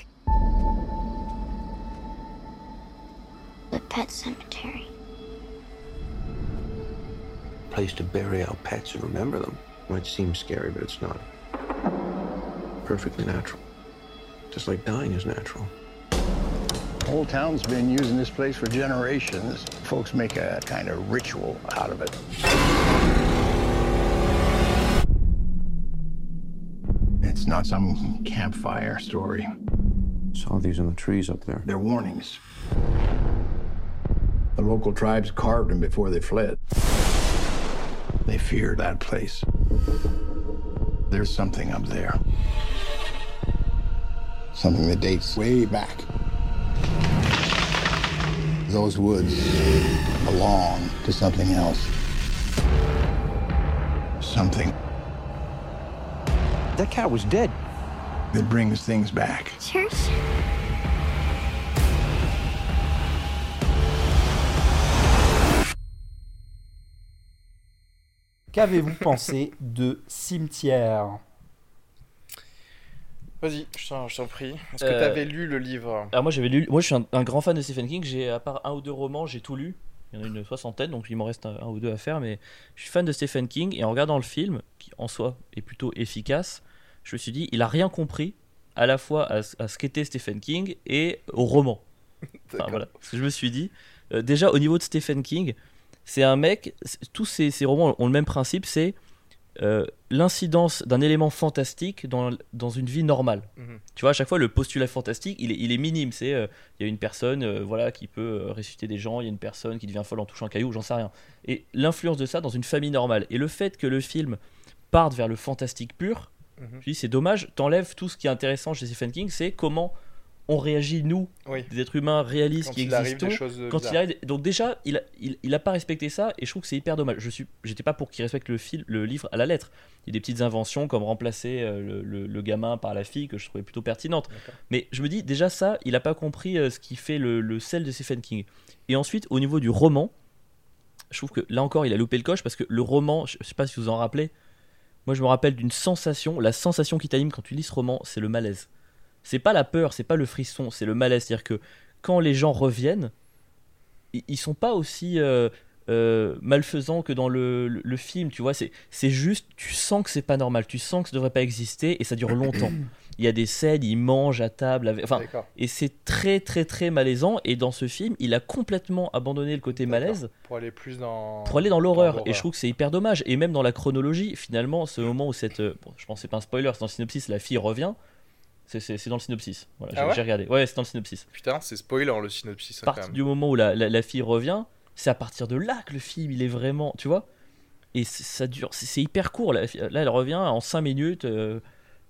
The Pet Cemetery. Place to bury our pets and remember them. Might seem scary, but it's not. Perfectly natural. Just like dying is natural. The whole town's been using this place for generations. Folks make a kind of ritual out of it. It's not some campfire story. Saw these in the trees up there. They're warnings. The local tribes carved them before they fled. They feared that place. There's something up there. Something that dates way back. Those woods belong to something else. Something That cat was dead. that brings things back. Church? Qu'avez-vous pensé de Cimetière ? Vas-y, je t'en, je t'en prie. Est-ce que Euh, tu avais lu le livre? Alors moi j'avais lu, moi je suis un, un grand fan de Stephen King, j'ai à part un ou deux romans, j'ai tout lu. Il y en a une soixantaine, donc il m'en reste un, un ou deux à faire, mais je suis fan de Stephen King et en regardant le film, qui en soi est plutôt efficace, je me suis dit, il a rien compris à la fois à, à ce qu'était Stephen King et au roman. Enfin, voilà, parce que je me suis dit, euh, déjà au niveau de Stephen King, c'est un mec, c'est- tous ces, ces romans ont le même principe, c'est euh, l'incidence d'un élément fantastique dans, dans une vie normale. Mhm. Tu vois, à chaque fois, le postulat fantastique, il est, il est minime. C'est, euh, il y a une personne euh, voilà, qui peut euh, ressusciter des gens, il y a une personne qui devient folle en touchant un caillou, j'en sais rien. Et l'influence de ça dans une famille normale. Et le fait que le film parte vers le fantastique pur, Mhm. je me dis, c'est dommage, t'enlèves tout ce qui est intéressant chez Stephen King, c'est comment on réagit, nous, Oui. des êtres humains réalistes Quand qui il arrive existent. des choses Quand bizarres. il arrive, donc déjà, il a, il, il a pas respecté ça et je trouve que c'est hyper dommage. Je suis, j'étais pas pour qu'il respecte le, fil, le livre à la lettre. Il y a des petites inventions comme remplacer euh, le, le- le gamin par la fille que je trouvais plutôt pertinente. D'accord. Mais je me dis déjà ça, il a pas compris euh, ce qui fait le, le sel de Stephen King. Et ensuite, au niveau du roman, je trouve que là encore, il a loupé le coche parce que le roman, je sais pas si vous vous en rappelez, moi je me rappelle d'une sensation, la sensation qui t'anime quand tu lis ce roman, c'est le malaise. C'est pas la peur, c'est pas le frisson, c'est le malaise. C'est-à-dire que quand les gens reviennent, ils, ils sont pas aussi euh, euh, malfaisants que dans le, le, le film, tu vois. C'est, c'est juste, tu sens que c'est pas normal, tu sens que ça devrait pas exister et ça dure longtemps. Il y a des scènes, ils mangent à table, avec, enfin, D'accord. et c'est très très très malaisant. Et dans ce film, il a complètement abandonné le côté D'accord. malaise Pour aller plus dans. pour aller dans l'horreur. Dans Et je trouve que c'est hyper dommage. Et même dans la chronologie, finalement, ce moment où cette, euh, bon, je pense que c'est pas un spoiler, c'est dans le synopsis, la fille revient. C'est, c'est, c'est dans le synopsis. Voilà, Ah j'ai, ouais j'ai regardé. Ouais, c'est dans le synopsis. Putain, c'est spoiler le synopsis. À hein, quand partir même. du moment où la, la, la fille revient, c'est à partir de là que le film il est vraiment, tu vois. Et c'est- ça dure, c'est, c'est hyper court. Là, là, elle revient en cinq minutes. euh, pff,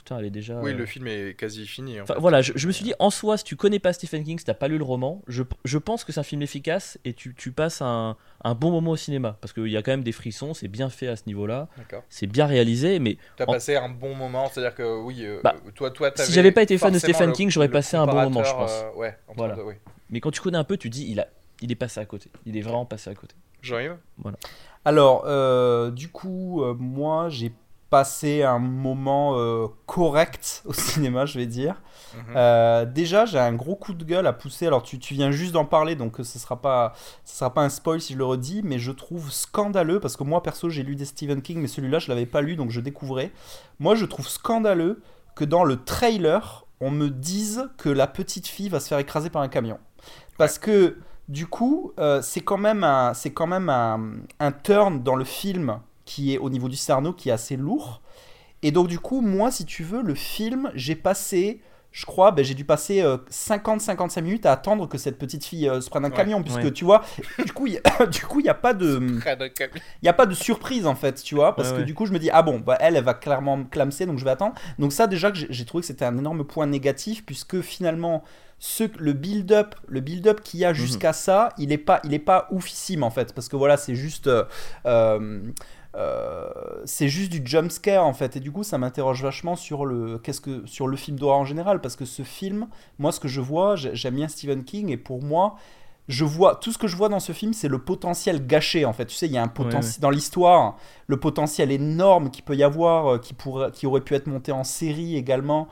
putain, elle est déjà. Oui, euh... le film est quasi fini. En Enfin, fait. voilà, je, je me suis dit, en soi, si tu connais pas Stephen King, si t'as pas lu le roman, je, je pense que c'est un film efficace et tu, tu passes un, un bon moment au cinéma. Parce qu'il y a quand même des frissons, c'est bien fait à ce niveau-là. D'accord. C'est bien réalisé, mais. T'as en... passé un bon moment, c'est-à-dire que oui, euh, bah, toi, toi, t'avais si j'avais pas été fan de forcément Stephen le- King, j'aurais le passé un bon moment, je pense. comparateur, euh, ouais, entre Voilà. deux, oui. Mais quand tu connais un peu, tu dis, il, a, il est passé à côté. Il est vraiment passé à côté. J'arrive. Voilà. Alors, euh, du coup, euh, moi, j'ai passé un moment euh, correct au cinéma, je vais dire. Mhm. Euh, déjà, j'ai un gros coup de gueule à pousser. Alors, tu, tu viens juste d'en parler, donc ce ne sera pas, ce sera pas un spoil si je le redis, mais je trouve scandaleux, parce que moi, perso, j'ai lu des Stephen King, mais celui-là, je ne l'avais pas lu, donc je découvrais. Moi, je trouve scandaleux que dans le trailer, on me dise que la petite fille va se faire écraser par un camion. Parce que... Du coup, euh, c'est quand même, un, c'est quand même un, un turn dans le film qui est au niveau du scénario qui est assez lourd. Et donc du coup, moi, si tu veux, le film, j'ai passé, je crois, ben, j'ai dû passer euh, cinquante à cinquante-cinq minutes à attendre que cette petite fille euh, se prenne un Ouais, camion, puisque ouais. tu vois, du coup, il n'y a pas de... Il n'y a pas de surprise en fait, tu vois, parce Ouais, que ouais. du coup je me dis, ah bon, bah, elle, elle va clairement me clamser, donc je vais attendre. Donc ça déjà que j'ai, j'ai trouvé que c'était un énorme point négatif, puisque finalement, ce, le build-up le build-up qu'il y a jusqu'à ça, il n'est pas, il est pas oufissime en fait, parce que voilà, c'est juste... euh, euh, euh, c'est juste du jump scare en fait, et du coup ça m'interroge vachement sur le, qu'est-ce que, sur le film d'horreur en général, parce que ce film, moi ce que je vois, j'ai- j'aime bien Stephen King, et pour moi, je vois, tout ce que je vois dans ce film, c'est le potentiel gâché en fait. Tu sais, il y a un potentiel Ouais, ouais. dans l'histoire, le potentiel énorme qu'il peut y avoir, euh, qui, pourrait, qui aurait pu être monté en série également.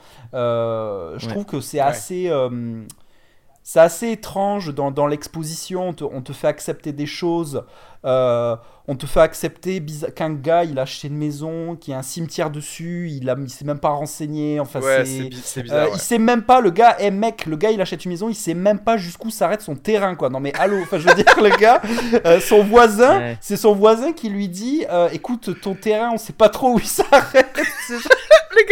Euh, je Ouais. trouve que c'est Ouais. assez, euh, c'est assez étrange dans, dans l'exposition. On te, on te fait accepter des choses. Euh, on te fait accepter bizarre- qu'un gars il a acheté une maison, qu'il y a un cimetière dessus, il a, il s'est même pas renseigné. Enfin, Ouais, c'est, c'est, bi- c'est euh, bizarre. ouais. il sait même pas, le gars, eh mec, le gars il achète une maison, il sait même pas jusqu'où s'arrête son terrain, quoi. Non mais allô, enfin je veux dire, le gars, euh, son voisin, Ouais. c'est son voisin qui lui dit, euh, écoute, ton terrain, on sait pas trop où il s'arrête. C'est genre-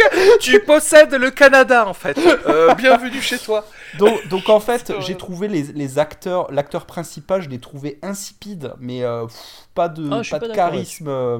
Tu possèdes le Canada en fait. Euh, bienvenue chez toi. donc, donc en fait, C'est horrible. j'ai trouvé les, les acteurs, l'acteur principal, je l'ai trouvé insipide, mais euh, pff, pas de, Ah, je suis pas pas de d'accord charisme. euh,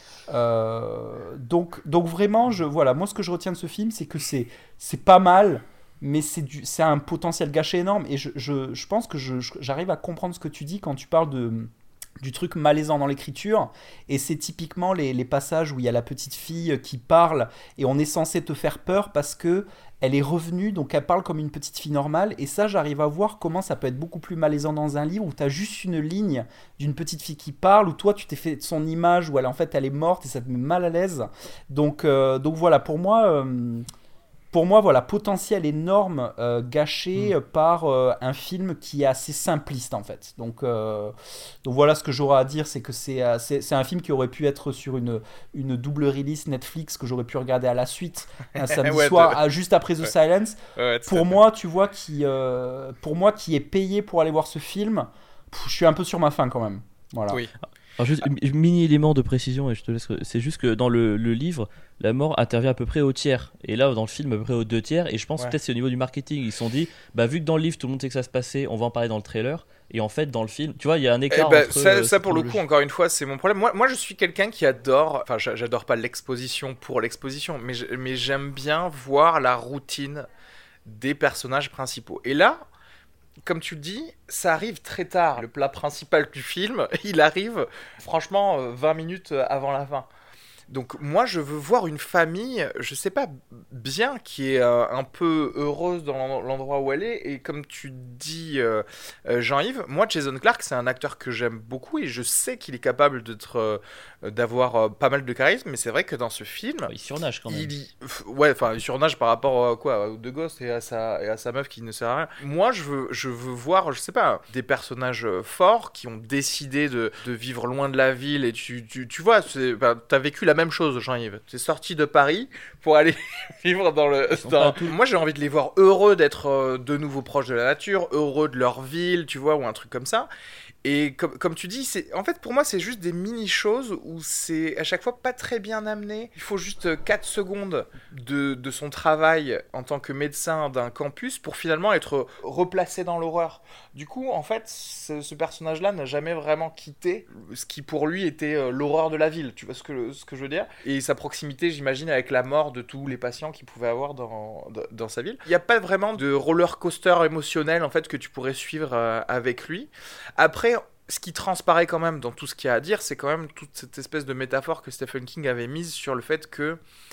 euh, donc, donc vraiment, je, voilà, moi ce que je retiens de ce film, c'est que c'est, c'est pas mal, mais c'est, du, c'est un potentiel gâché énorme. Et je, je, je pense que je, je- j'arrive à comprendre ce que tu dis quand tu parles de, du truc malaisant dans l'écriture. Et c'est typiquement les, les passages où il y a la petite fille qui parle et on est censé te faire peur parce que elle est revenue, donc elle parle comme une petite fille normale. Et ça, j'arrive à voir comment ça peut être beaucoup plus malaisant dans un livre où tu as juste une ligne d'une petite fille qui parle, où toi, tu t'es fait son image, où elle, en fait, elle est morte et ça te met mal à l'aise. Donc, euh, donc voilà, pour moi... euh, pour moi, voilà, potentiel énorme euh, gâché euh, par euh, un film qui est assez simpliste en fait. Donc, euh, donc voilà ce que j'aurais à dire, c'est que c'est, euh, c'est, c'est un film qui aurait pu être sur une, une double release Netflix que j'aurais pu regarder à la suite un samedi Ouais, soir, de- à- juste après The Ouais. Silence. Ouais, tout à Pour fait. moi, tu vois, qui, euh, pour moi qui est payé pour aller voir ce film, pff, je suis un peu sur ma faim quand même. Voilà. Oui. Alors juste un mini élément de précision et je te laisse. C'est juste que dans le, le livre, la mort intervient à peu près au tiers. Et là, dans le film, à peu près aux deux tiers. Et je pense Ouais. que peut-être c'est au niveau du marketing. Ils se sont dit, bah vu que dans le livre tout le monde sait que ça se passait, on va en parler dans le trailer. Et en fait, dans le film, tu vois, il y a un Eh écart ben, entre. ça, euh, ça, pour le coup, chronologie. encore une fois, c'est mon problème. Moi, moi je suis quelqu'un qui adore, enfin, j'a- j'adore pas l'exposition pour l'exposition, mais, je- mais j'aime bien voir la routine des personnages principaux. Et là, comme tu le dis, ça arrive très tard. Le plat principal du film, il arrive, franchement, euh, vingt minutes avant la fin. Donc moi, je veux voir une famille, je sais pas bien, qui est euh, un peu heureuse dans l'en- l'endroit où elle est. Et comme tu dis, euh, euh, Jean-Yves, moi, Jason Clarke, c'est un acteur que j'aime beaucoup et je sais qu'il est capable d'être, euh, d'avoir euh, pas mal de charisme. Mais c'est vrai que dans ce film, Oh, il surnage quand même. il y- f- ouais, enfin, il surnage par rapport à quoi, aux deux gosses et à sa et à sa meuf qui ne sert à rien. Moi, je veux, je veux voir, je sais pas, des personnages euh, forts qui ont décidé de, de vivre loin de la ville. Et tu, tu, tu vois, c'est, ben, t'as vécu la même chose, Jean-Yves. T'es sorti de Paris pour aller vivre dans le. sont dans- pas tous- Moi, j'ai envie de les voir heureux d'être euh, de nouveau proches de la nature, heureux de leur ville, tu vois, ou un truc comme ça. Et comme, comme tu dis, c'est, en fait, pour moi, c'est juste des mini-choses où c'est à chaque fois pas très bien amené. Il faut juste quatre secondes de, de son travail en tant que médecin d'un campus pour finalement être replacé dans l'horreur. Du coup, en fait, ce, ce personnage-là n'a jamais vraiment quitté ce qui pour lui était euh, l'horreur de la ville. Tu vois ce que, ce que je veux dire ? Et sa proximité, j'imagine, avec la mort de tous les patients qu'il pouvait avoir dans, dans, dans sa ville. Il n'y a pas vraiment de roller coaster émotionnel, en fait, que tu pourrais suivre euh, avec lui. Après, ce qui transparaît quand même dans tout ce qu'il y a à dire, c'est quand même toute cette espèce de métaphore que Stephen King avait mise sur le fait que,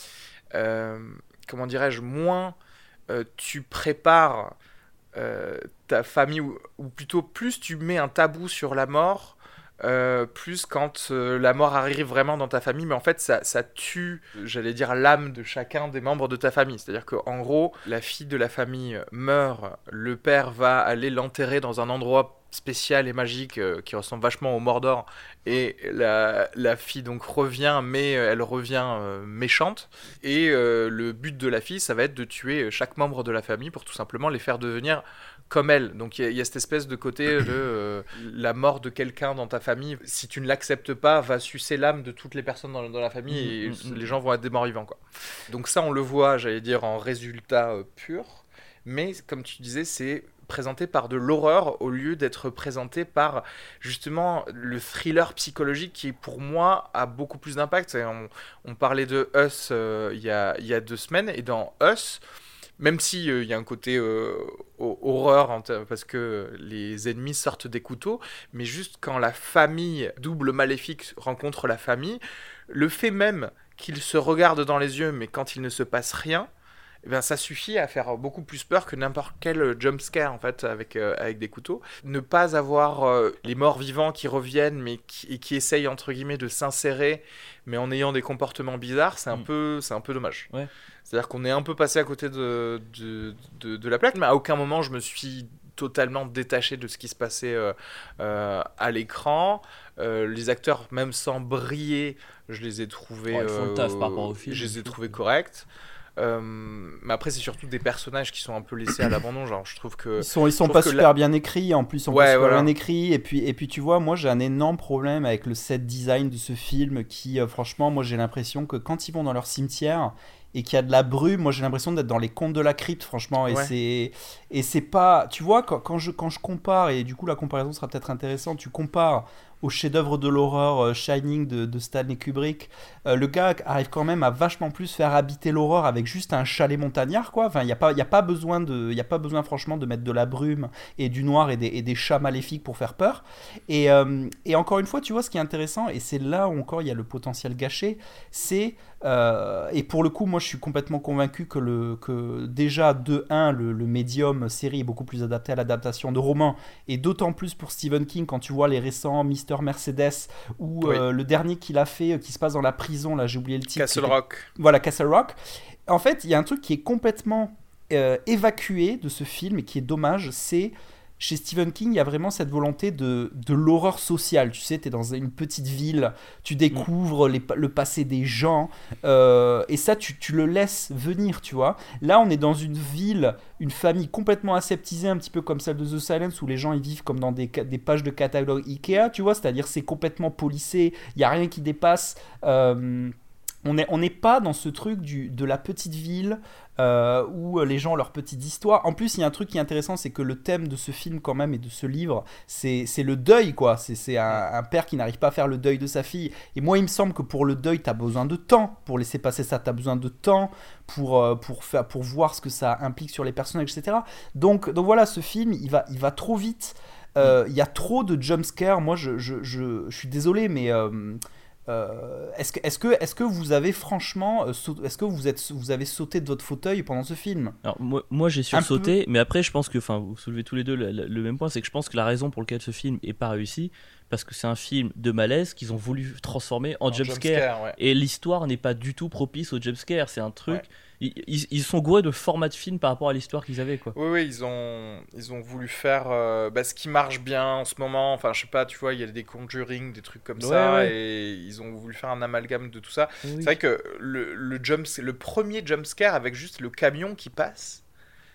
euh, comment dirais-je, moins euh, tu prépares euh, ta famille, ou, ou plutôt plus tu mets un tabou sur la mort, euh, plus quand euh, la mort arrive vraiment dans ta famille, mais en fait ça, ça tue, j'allais dire, l'âme de chacun des membres de ta famille. C'est-à-dire qu'en gros, la fille de la famille meurt, le père va aller l'enterrer dans un endroit spécial et magique euh, qui ressemble vachement au Mordor, et la, la fille donc revient, mais elle revient euh, méchante, et euh, le but de la fille, ça va être de tuer chaque membre de la famille pour tout simplement les faire devenir comme elle. Donc il y, y a cette espèce de côté de euh, la mort de quelqu'un dans ta famille, si tu ne l'acceptes pas, va sucer l'âme de toutes les personnes dans, dans la famille, et mmh, mmh. les gens vont être des morts vivants, quoi. Donc ça, on le voit, j'allais dire, en résultat euh, pur, mais comme tu disais, c'est présenté par de l'horreur au lieu d'être présenté par justement le thriller psychologique qui pour moi a beaucoup plus d'impact. On, on parlait de Us euh, il y a, il y a deux semaines, et dans Us, même si euh, il y a un côté euh, horreur hein, parce que les ennemis sortent des couteaux, mais juste quand la famille double maléfique rencontre la famille, le fait même qu'ils se regardent dans les yeux mais quand il ne se passe rien, eh bien, ça suffit à faire beaucoup plus peur que n'importe quel jumpscare en fait, avec, euh, avec des couteaux. Ne pas avoir euh, les morts vivants qui reviennent mais qui, et qui essayent entre guillemets de s'insérer mais en ayant des comportements bizarres, c'est un, mmh. peu, c'est un peu dommage. Ouais. C'est-à-dire qu'on est un peu passé à côté de, de, de, de la plaque, mais à aucun moment je me suis totalement détaché de ce qui se passait euh, euh, à l'écran. Euh, les acteurs, même sans briller, je les ai trouvés, ouais, ils font le taf euh, par rapport au film. Je les ai trouvés corrects. Euh, mais après c'est surtout des personnages qui sont un peu laissés à l'abandon, genre je trouve que ils sont ils sont pas super la... bien écrits, en plus ils sont ouais, pas super voilà. bien écrits, et puis et puis tu vois, moi j'ai un énorme problème avec le set design de ce film qui euh, franchement moi j'ai l'impression que quand ils vont dans leur cimetière et qu'il y a de la brume, moi j'ai l'impression d'être dans les contes de la crypte, franchement, et ouais. c'est et c'est pas, tu vois, quand, quand je quand je compare, et du coup la comparaison sera peut-être intéressante, tu compares au chef-d'œuvre de l'horreur euh, Shining de, de Stanley Kubrick, euh, le gars arrive quand même à vachement plus faire habiter l'horreur avec juste un chalet montagnard, quoi. Enfin, il y a pas il y a pas besoin de il y a pas besoin franchement de mettre de la brume et du noir et des et des chats maléfiques pour faire peur. Et euh, et encore une fois, tu vois, ce qui est intéressant, et c'est là où encore il y a le potentiel gâché, c'est euh, et pour le coup, moi je suis complètement convaincu que le que déjà de un le, le médium série est beaucoup plus adapté à l'adaptation de romans, et d'autant plus pour Stephen King quand tu vois les récents Mister Mercedes ou oui. euh, le dernier qu'il a fait qui se passe dans la prison, là j'ai oublié le titre, Castle Rock. Voilà, Castle Rock. En fait, il y a un truc qui est complètement euh, évacué de ce film et qui est dommage, c'est chez Stephen King, il y a vraiment cette volonté de, de l'horreur sociale. Tu sais, tu es dans une petite ville, tu découvres les, le passé des gens, euh, et ça, tu, tu le laisses venir, tu vois. Là, on est dans une ville, une famille complètement aseptisée, un petit peu comme celle de The Silence, où les gens ils vivent comme dans des, des pages de catalogue Ikea, tu vois, c'est-à-dire c'est complètement policé, il n'y a rien qui dépasse. Euh, on n'est on n'est pas dans ce truc du, de la petite ville euh, où les gens ont leur petite histoire. En plus, il y a un truc qui est intéressant, c'est que le thème de ce film quand même et de ce livre, c'est, c'est le deuil, quoi. C'est, c'est un, un père qui n'arrive pas à faire le deuil de sa fille. Et moi, il me semble que pour le deuil, tu as besoin de temps pour laisser passer ça. Tu as besoin de temps pour, euh, pour, faire, pour voir ce que ça implique sur les personnages, et cetera. Donc, donc voilà, ce film, il va, il va trop vite. Il euh, y a trop de jumpscares. Moi, je, je, je, je suis désolé, mais... Euh, Euh, est-ce que, est-ce que, est-ce que vous avez franchement, est-ce que vous êtes, vous avez sauté de votre fauteuil pendant ce film ? Alors moi, moi j'ai sursauté, mais après je pense que, enfin, vous soulevez tous les deux le, le, le même point, c'est que je pense que la raison pour laquelle ce film est pas réussi, parce que c'est un film de malaise qu'ils ont voulu transformer en, en jumpscare, jump ouais. Et l'histoire n'est pas du tout propice au jumpscare. C'est un truc. Ouais. Ils, ils, ils sont gourés de format de film par rapport à l'histoire qu'ils avaient, quoi. Oui, oui, ils ont, ils ont voulu faire euh, bah, ce qui marche bien en ce moment. Enfin, je sais pas, tu vois, il y a des Conjuring, des trucs comme ouais, ça, ouais. Et ils ont voulu faire un amalgame de tout ça. Oui. C'est vrai que le, le, jump, le premier jumpscare avec juste le camion qui passe,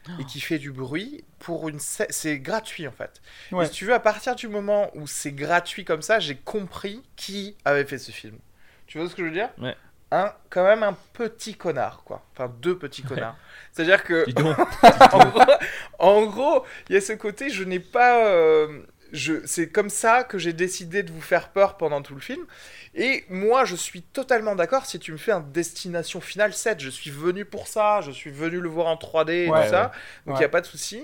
et qui fait du bruit pour une scè- c'est gratuit en fait. Ouais. Et si tu veux, à partir du moment où c'est gratuit comme ça, j'ai compris qui avait fait ce film. Tu vois ce que je veux dire? Ouais. Un, quand même un petit connard, quoi. Enfin, deux petits connards. C'est-à-dire que, Dis donc. en gros, en gros, il y a ce côté, je n'ai pas... euh, je, c'est comme ça que j'ai décidé de vous faire peur pendant tout le film. Et moi, je suis totalement d'accord si tu me fais un Destination Finale sept. Je suis venu pour ça, je suis venu le voir en trois D et Ouais, tout ça. ouais. Donc, il Ouais. n'y a pas de souci.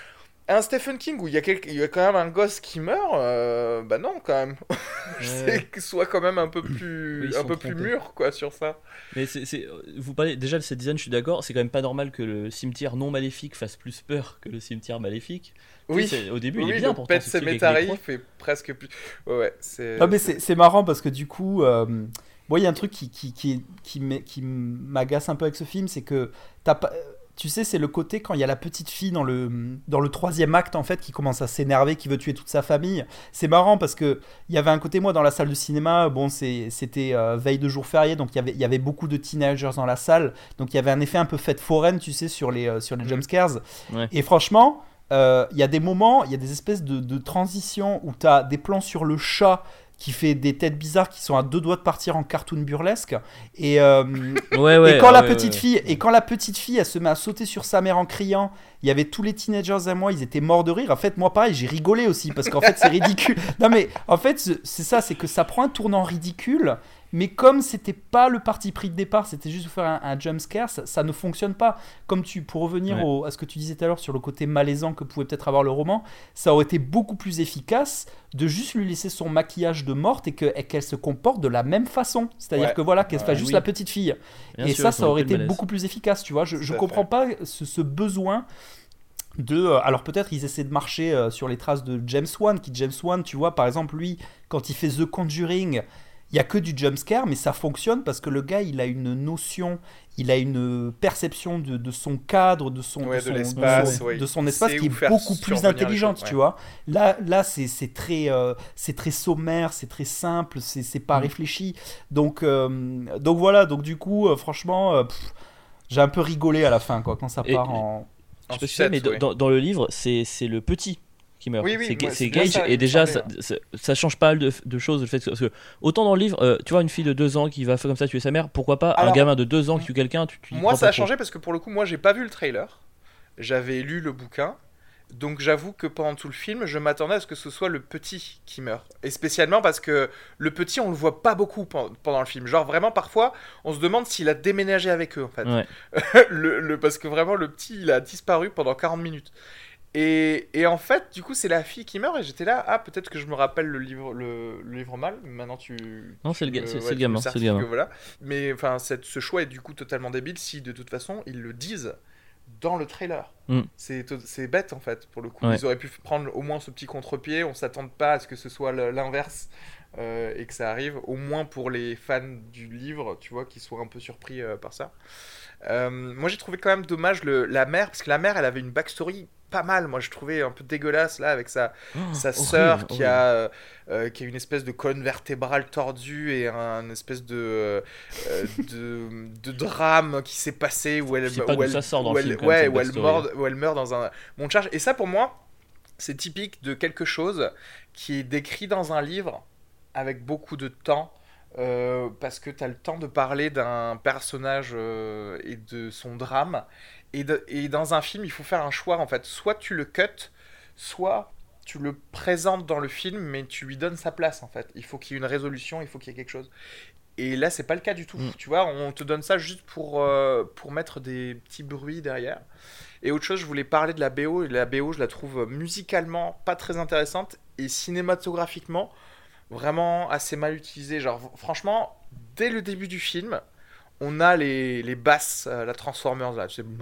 Un Stephen King où il y, a quelque- il y a quand même un gosse qui meurt, euh, bah non, quand même. C'est que soit quand même un peu plus, Oui, ils un sont peu plus trompés. mûr, quoi, sur ça. Mais c'est, c'est, vous parlez déjà de cette design, je suis d'accord. C'est quand même pas normal que le cimetière non maléfique fasse plus peur que le cimetière maléfique. Tu Oui. sais, c'est- au début, oui, il est bien le pourtant. Pet ce truc avec les Sematary croix. fait presque plus. Ouais, ouais, c'est. Ah, mais c'est, c'est marrant parce que du coup, euh, moi, il y a un truc qui, qui, qui, qui, m'est- qui m'agace un peu avec ce film, c'est que t'as pas. Tu sais, c'est le côté quand il y a la petite fille dans le, dans le troisième acte, en fait, qui commence à s'énerver, qui veut tuer toute sa famille. C'est marrant parce que il y avait un côté, moi, dans la salle de cinéma, bon, c'est, c'était euh, veille de jour férié, donc il y avait, il y avait beaucoup de teenagers dans la salle. Donc il y avait un effet un peu fête foraine, tu sais, sur les, euh, sur les Mhm. jumpscares. Ouais. Et franchement, euh, il y a des moments, il y a des espèces de, de transitions où tu as des plans sur le chat qui fait des têtes bizarres qui sont à deux doigts de partir en cartoon burlesque. Et, euh, Ouais, ouais. et quand ah la ouais, petite ouais. fille et quand la petite fille elle se met à sauter sur sa mère en criant, il y avait tous les teenagers à moi, ils étaient morts de rire. En fait, moi pareil, j'ai rigolé aussi parce qu'en fait c'est ridicule. Non mais en fait c'est c'est ça, c'est que ça prend un tournant ridicule. Mais comme c'était pas le parti pris de départ, c'était juste de faire un, un jump scare, ça, ça ne fonctionne pas. Comme tu, pour revenir Ouais. au- à ce que tu disais tout à l'heure sur le côté malaisant que pouvait peut-être avoir le roman, ça aurait été beaucoup plus efficace de juste lui laisser son maquillage de morte et que- et qu'elle se comporte de la même façon. C'est-à-dire Ouais. que voilà, qu'elle Ouais. fasse juste Oui. la petite fille. Bien et sûr, ça, ils ça ont aurait un peu été le malaise. beaucoup plus efficace, tu vois. Je, Tout je à comprends pas ce, ce besoin de... euh, alors peut-être ils essaient de marcher euh, sur les traces de James Wan, qui James Wan, tu vois, par exemple, lui, quand il fait The Conjuring, il y a que du jumpscare, mais ça fonctionne parce que le gars, il a une notion, il a une perception de, de son cadre, de son, Ouais, de de son, l'espace, son- oui. de son Il espace sait qui où est faire beaucoup plus survenir les intelligente, choses, tu ouais. vois. Là, là c'est, c'est, très, euh, c'est très sommaire, c'est très simple, c'est, c'est pas Mm. réfléchi. Donc, euh, donc voilà, donc du coup, euh, franchement, euh, pff, j'ai un peu rigolé à la fin, quoi, quand ça Et- part en... Je sais pas En si tu sais, sucette, mais dans- ouais. dans, dans le livre, c'est, c'est le petit qui meurt. Oui, oui, c'est moi, c'est c'est bien Gage, ça, il et me déjà, ça, semblait, ça, ça change pas mal de, de choses. Le fait que, parce que, autant dans le livre, euh, tu vois, une fille de deux ans qui va faire comme ça tuer sa mère, pourquoi pas Alors, un gamin de deux ans qui tue quelqu'un, tu, tu y Moi, crois ça pas a trop. changé parce que pour le coup, moi, j'ai pas vu le trailer. J'avais lu le bouquin. Donc, j'avoue que pendant tout le film, je m'attendais à ce que ce soit le petit qui meurt. Et spécialement parce que le petit, on le voit pas beaucoup pen- pendant le film. Genre, vraiment, parfois, on se demande s'il a déménagé avec eux, en fait. Ouais. le, le- parce que vraiment, le petit, il a disparu pendant quarante minutes. Et, et en fait, du coup, c'est la fille qui meurt. Et j'étais là, ah, peut-être que je me rappelle le livre, le, le livre mal. Maintenant, tu. Non, c'est le, tu ga- me- c'est, c'est ouais, le tu gamin. me C'est le certifies gamin. que voilà. Mais enfin, cette- ce choix est du coup totalement débile si de toute façon ils le disent dans le trailer. Mm. C'est, to- c'est bête en fait pour le coup. Ouais. Ils auraient pu prendre au moins ce petit contre-pied. On s'attend pas à ce que ce soit le- l'inverse euh, et que ça arrive. Au moins pour les fans du livre, tu vois, qui soient un peu surpris euh, par ça. Euh, moi j'ai trouvé quand même dommage le, la mère parce que la mère elle avait une backstory pas mal. Moi je trouvais un peu dégueulasse là avec sa Oh, sa horrible, sœur qui horrible. a euh, euh, qui a une espèce de colonne vertébrale tordue et un espèce de euh, euh, de, de drame qui s'est passé où elle Je sais pas où d'où elle, ça sort dans où le elle- film, quand même, ouais cette où elle backstory. meurt où elle meurt dans un monde de charge. Et ça pour moi c'est typique de quelque chose qui est décrit dans un livre avec beaucoup de temps. Euh, parce que tu as le temps de parler d'un personnage euh, et de son drame. Et, de- et dans un film, il faut faire un choix en fait. Soit tu le cut, soit tu le présentes dans le film, mais tu lui donnes sa place en fait. Il faut qu'il y ait une résolution, il faut qu'il y ait quelque chose. Et là, c'est pas le cas du tout. Mm. Tu vois, on te donne ça juste pour, euh, pour mettre des petits bruits derrière. Et autre chose, je voulais parler de la B O. Et la B O, je la trouve musicalement pas très intéressante et cinématographiquement vraiment assez mal utilisée. Genre, v- franchement, dès le début du film, on a les, les basses, euh, la Transformers là, tu sais,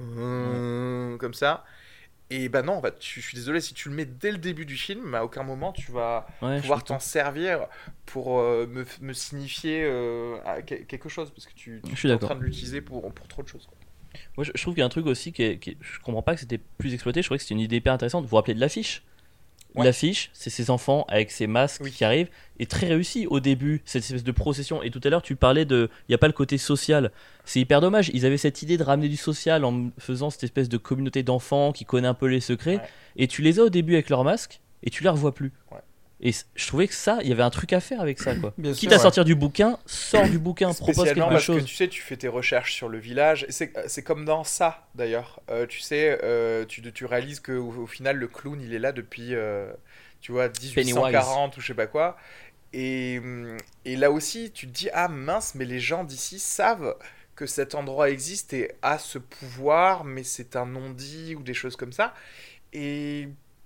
comme ça. Et bah non, en fait, je je suis désolé, si tu le mets dès le début du film, à aucun moment tu vas Ouais, je pouvoir comprends. t'en servir pour euh, me, me signifier euh, à que- quelque chose, parce que tu, tu Je suis es en d'accord. train de l'utiliser pour, pour trop de choses. quoi. Moi, je, je trouve qu'il y a un truc aussi qui est, qui est- je comprends pas que c'était plus exploité. Je trouvais que c'était une idée hyper intéressante. Vous vous rappelez de l'affiche Ouais. L'affiche, c'est ces enfants avec ces masques Oui. qui arrivent, et très réussi au début, cette espèce de procession. Et tout à l'heure, tu parlais de. Il n'y a pas le côté social. C'est hyper dommage. Ils avaient cette idée de ramener du social en faisant cette espèce de communauté d'enfants qui connaît un peu les secrets. Ouais. Et tu les as au début avec leurs masques, et tu les revois plus. Ouais. Et c- je trouvais que ça, il y avait un truc à faire avec ça, quoi. Bien Quitte sûr, à ouais. sortir du bouquin, sors du bouquin, propose Spécialement quelque parce chose. que tu sais, tu fais tes recherches sur le village. Et c'est, c'est comme dans ça, d'ailleurs. Euh, tu sais, euh, tu, tu réalises qu'au au final, le clown, il est là depuis, euh, tu vois, dix-huit cent quarante ou je sais pas quoi. Et, hum, et là aussi, tu te dis, ah mince, mais les gens d'ici savent que cet endroit existe et a ce pouvoir, mais c'est un non-dit ou des choses comme ça. Et...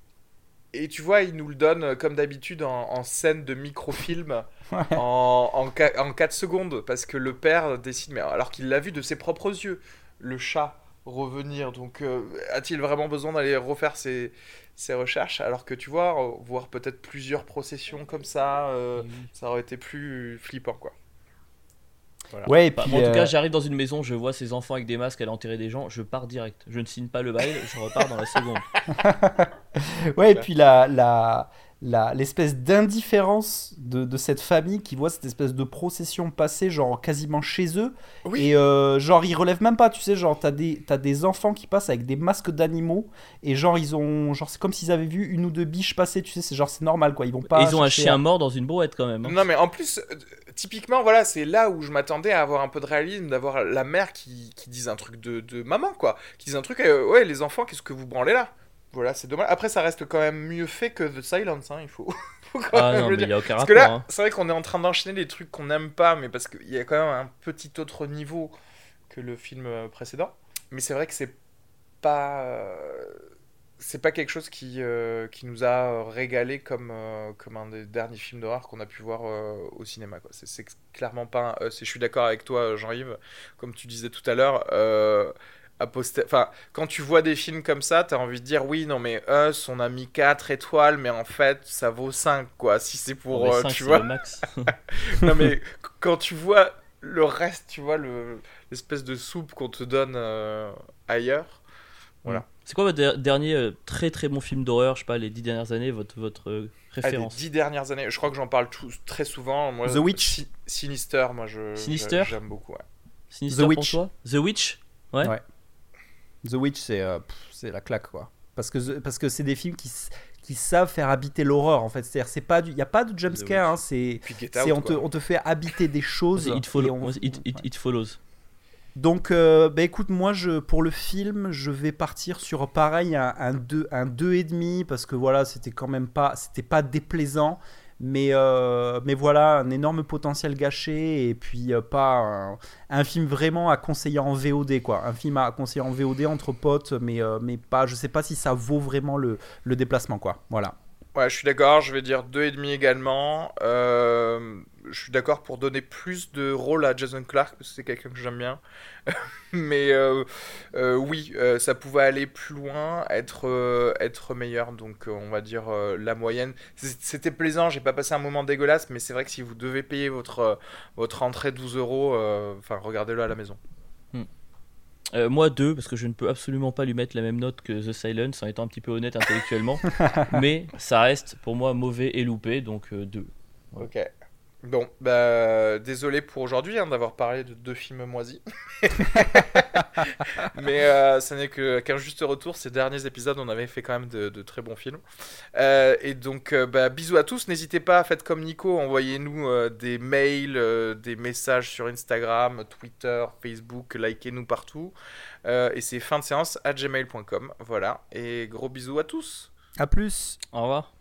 Et tu vois, il nous le donne euh, comme d'habitude en, en scène de microfilm Ouais. en, en, qua- en quatre secondes parce que le père décide, mais alors qu'il l'a vu de ses propres yeux, le chat revenir. Donc euh, a-t-il vraiment besoin d'aller refaire ses, ses recherches alors que tu vois, euh, voir peut-être plusieurs processions comme ça, euh, ça aurait été plus flippant quoi. Voilà. Ouais, et Bah, puis. moi, en tout euh, cas, j'arrive dans une maison, je vois ces enfants avec des masques aller enterrer des gens, je pars direct. Je ne signe pas le bail, je repars dans la seconde. Ouais, et puis la, la, la, l'espèce d'indifférence de, de cette famille qui voit cette espèce de procession passer, genre quasiment chez eux. Oui. Et euh, genre, ils relèvent même pas, tu sais, genre, t'as des, t'as des enfants qui passent avec des masques d'animaux. Et genre, ils ont. Genre, c'est comme s'ils avaient vu une ou deux biches passer, tu sais, c'est genre, c'est normal quoi. Ils vont pas. Et ils ont un chercher chien à- mort dans une brouette quand même. hein. Non mais en plus, euh, typiquement, voilà, c'est là où je m'attendais à avoir un peu de réalisme, d'avoir la mère qui, qui dise un truc de, de maman, quoi. Qui dise un truc, euh, ouais, les enfants, qu'est-ce que vous branlez là? Voilà, c'est dommage. Après, ça reste quand même mieux fait que The Silence, hein, il faut, faut quand Ah même non, le mais il dire. n'y a aucun Parce rapport. que là, hein. c'est vrai qu'on est en train d'enchaîner des trucs qu'on n'aime pas, mais parce qu'il y a quand même un petit autre niveau que le film euh, précédent. Mais c'est vrai que c'est pas... euh, c'est pas quelque chose qui, euh, qui nous a euh, régalé comme, euh, comme un des derniers films d'horreur qu'on a pu voir euh, au cinéma, quoi. C'est, c'est clairement pas un Us. Et je suis d'accord avec toi, Jean-Yves, comme tu disais tout à l'heure. Euh, a posté- enfin, quand tu vois des films comme ça, t'as envie de dire oui, non, mais Us, on a mis quatre étoiles, mais en fait, ça vaut cinq, quoi. Si c'est pour. Oh, mais euh, cinq, tu c'est vois. le max. Non, mais qu- quand tu vois le reste, tu vois, le, l'espèce de soupe qu'on te donne euh, ailleurs. Voilà. C'est quoi votre der- dernier euh, très très bon film d'horreur, je sais pas, les dix dernières années, votre, votre euh, Ah, des référence? dix dernières années, je crois que j'en parle tous, très souvent. Moi, The Witch. Si- Sinister, moi, je, Sinister je- j'aime beaucoup. Ouais. Sinister The pour Witch. toi The Witch. Ouais. Ouais. The Witch, c'est euh, pff, c'est la claque quoi. Parce que The- parce que c'est des films qui s- qui savent faire habiter l'horreur en fait. C'est-à-dire c'est pas du, il y a pas de jump The scare, hein, c'est Puis Get c'est Out, on te quoi. on te fait habiter des choses. C'est It, et follow- on- it, it, it Follows. Donc, euh, bah écoute, moi, je, pour le film, je vais partir sur pareil un, un deux, un deux et demi parce que voilà, c'était quand même pas, c'était pas déplaisant, mais euh, mais voilà, un énorme potentiel gâché et puis euh, pas un, un film vraiment à conseiller en V O D quoi, un film à conseiller en V O D entre potes, mais euh, mais pas, je sais pas si ça vaut vraiment le le déplacement quoi. Voilà. Ouais, je suis d'accord, je vais dire deux et demi également. Euh, je suis d'accord pour donner plus de rôle à Jason Clarke, parce que c'est quelqu'un que j'aime bien. Mais euh, euh, oui, euh, ça pouvait aller plus loin, être, euh, être meilleur. Donc euh, on va dire euh, la moyenne. C'est- C'était plaisant, j'ai pas passé un moment dégueulasse, mais c'est vrai que si vous devez payer votre, euh, votre entrée douze euros, euh, enfin regardez-le à la maison. Euh, moi deux, parce que je ne peux absolument pas lui mettre la même note que The Silence en étant un petit peu honnête intellectuellement. Mais ça reste pour moi mauvais et loupé, donc euh, deux. Ok. Bon, bah, désolé pour aujourd'hui hein, d'avoir parlé de deux films moisis. Mais euh, ce n'est que, qu'un juste retour. Ces derniers épisodes, on avait fait quand même de, de très bons films. Euh, et donc, euh, bah, bisous à tous. N'hésitez pas, faites comme Nico, envoyez-nous euh, des mails, euh, des messages sur Instagram, Twitter, Facebook, likez-nous partout. Euh, et c'est fin de séance à gmail point com. Voilà. Et gros bisous à tous. À plus. Au revoir.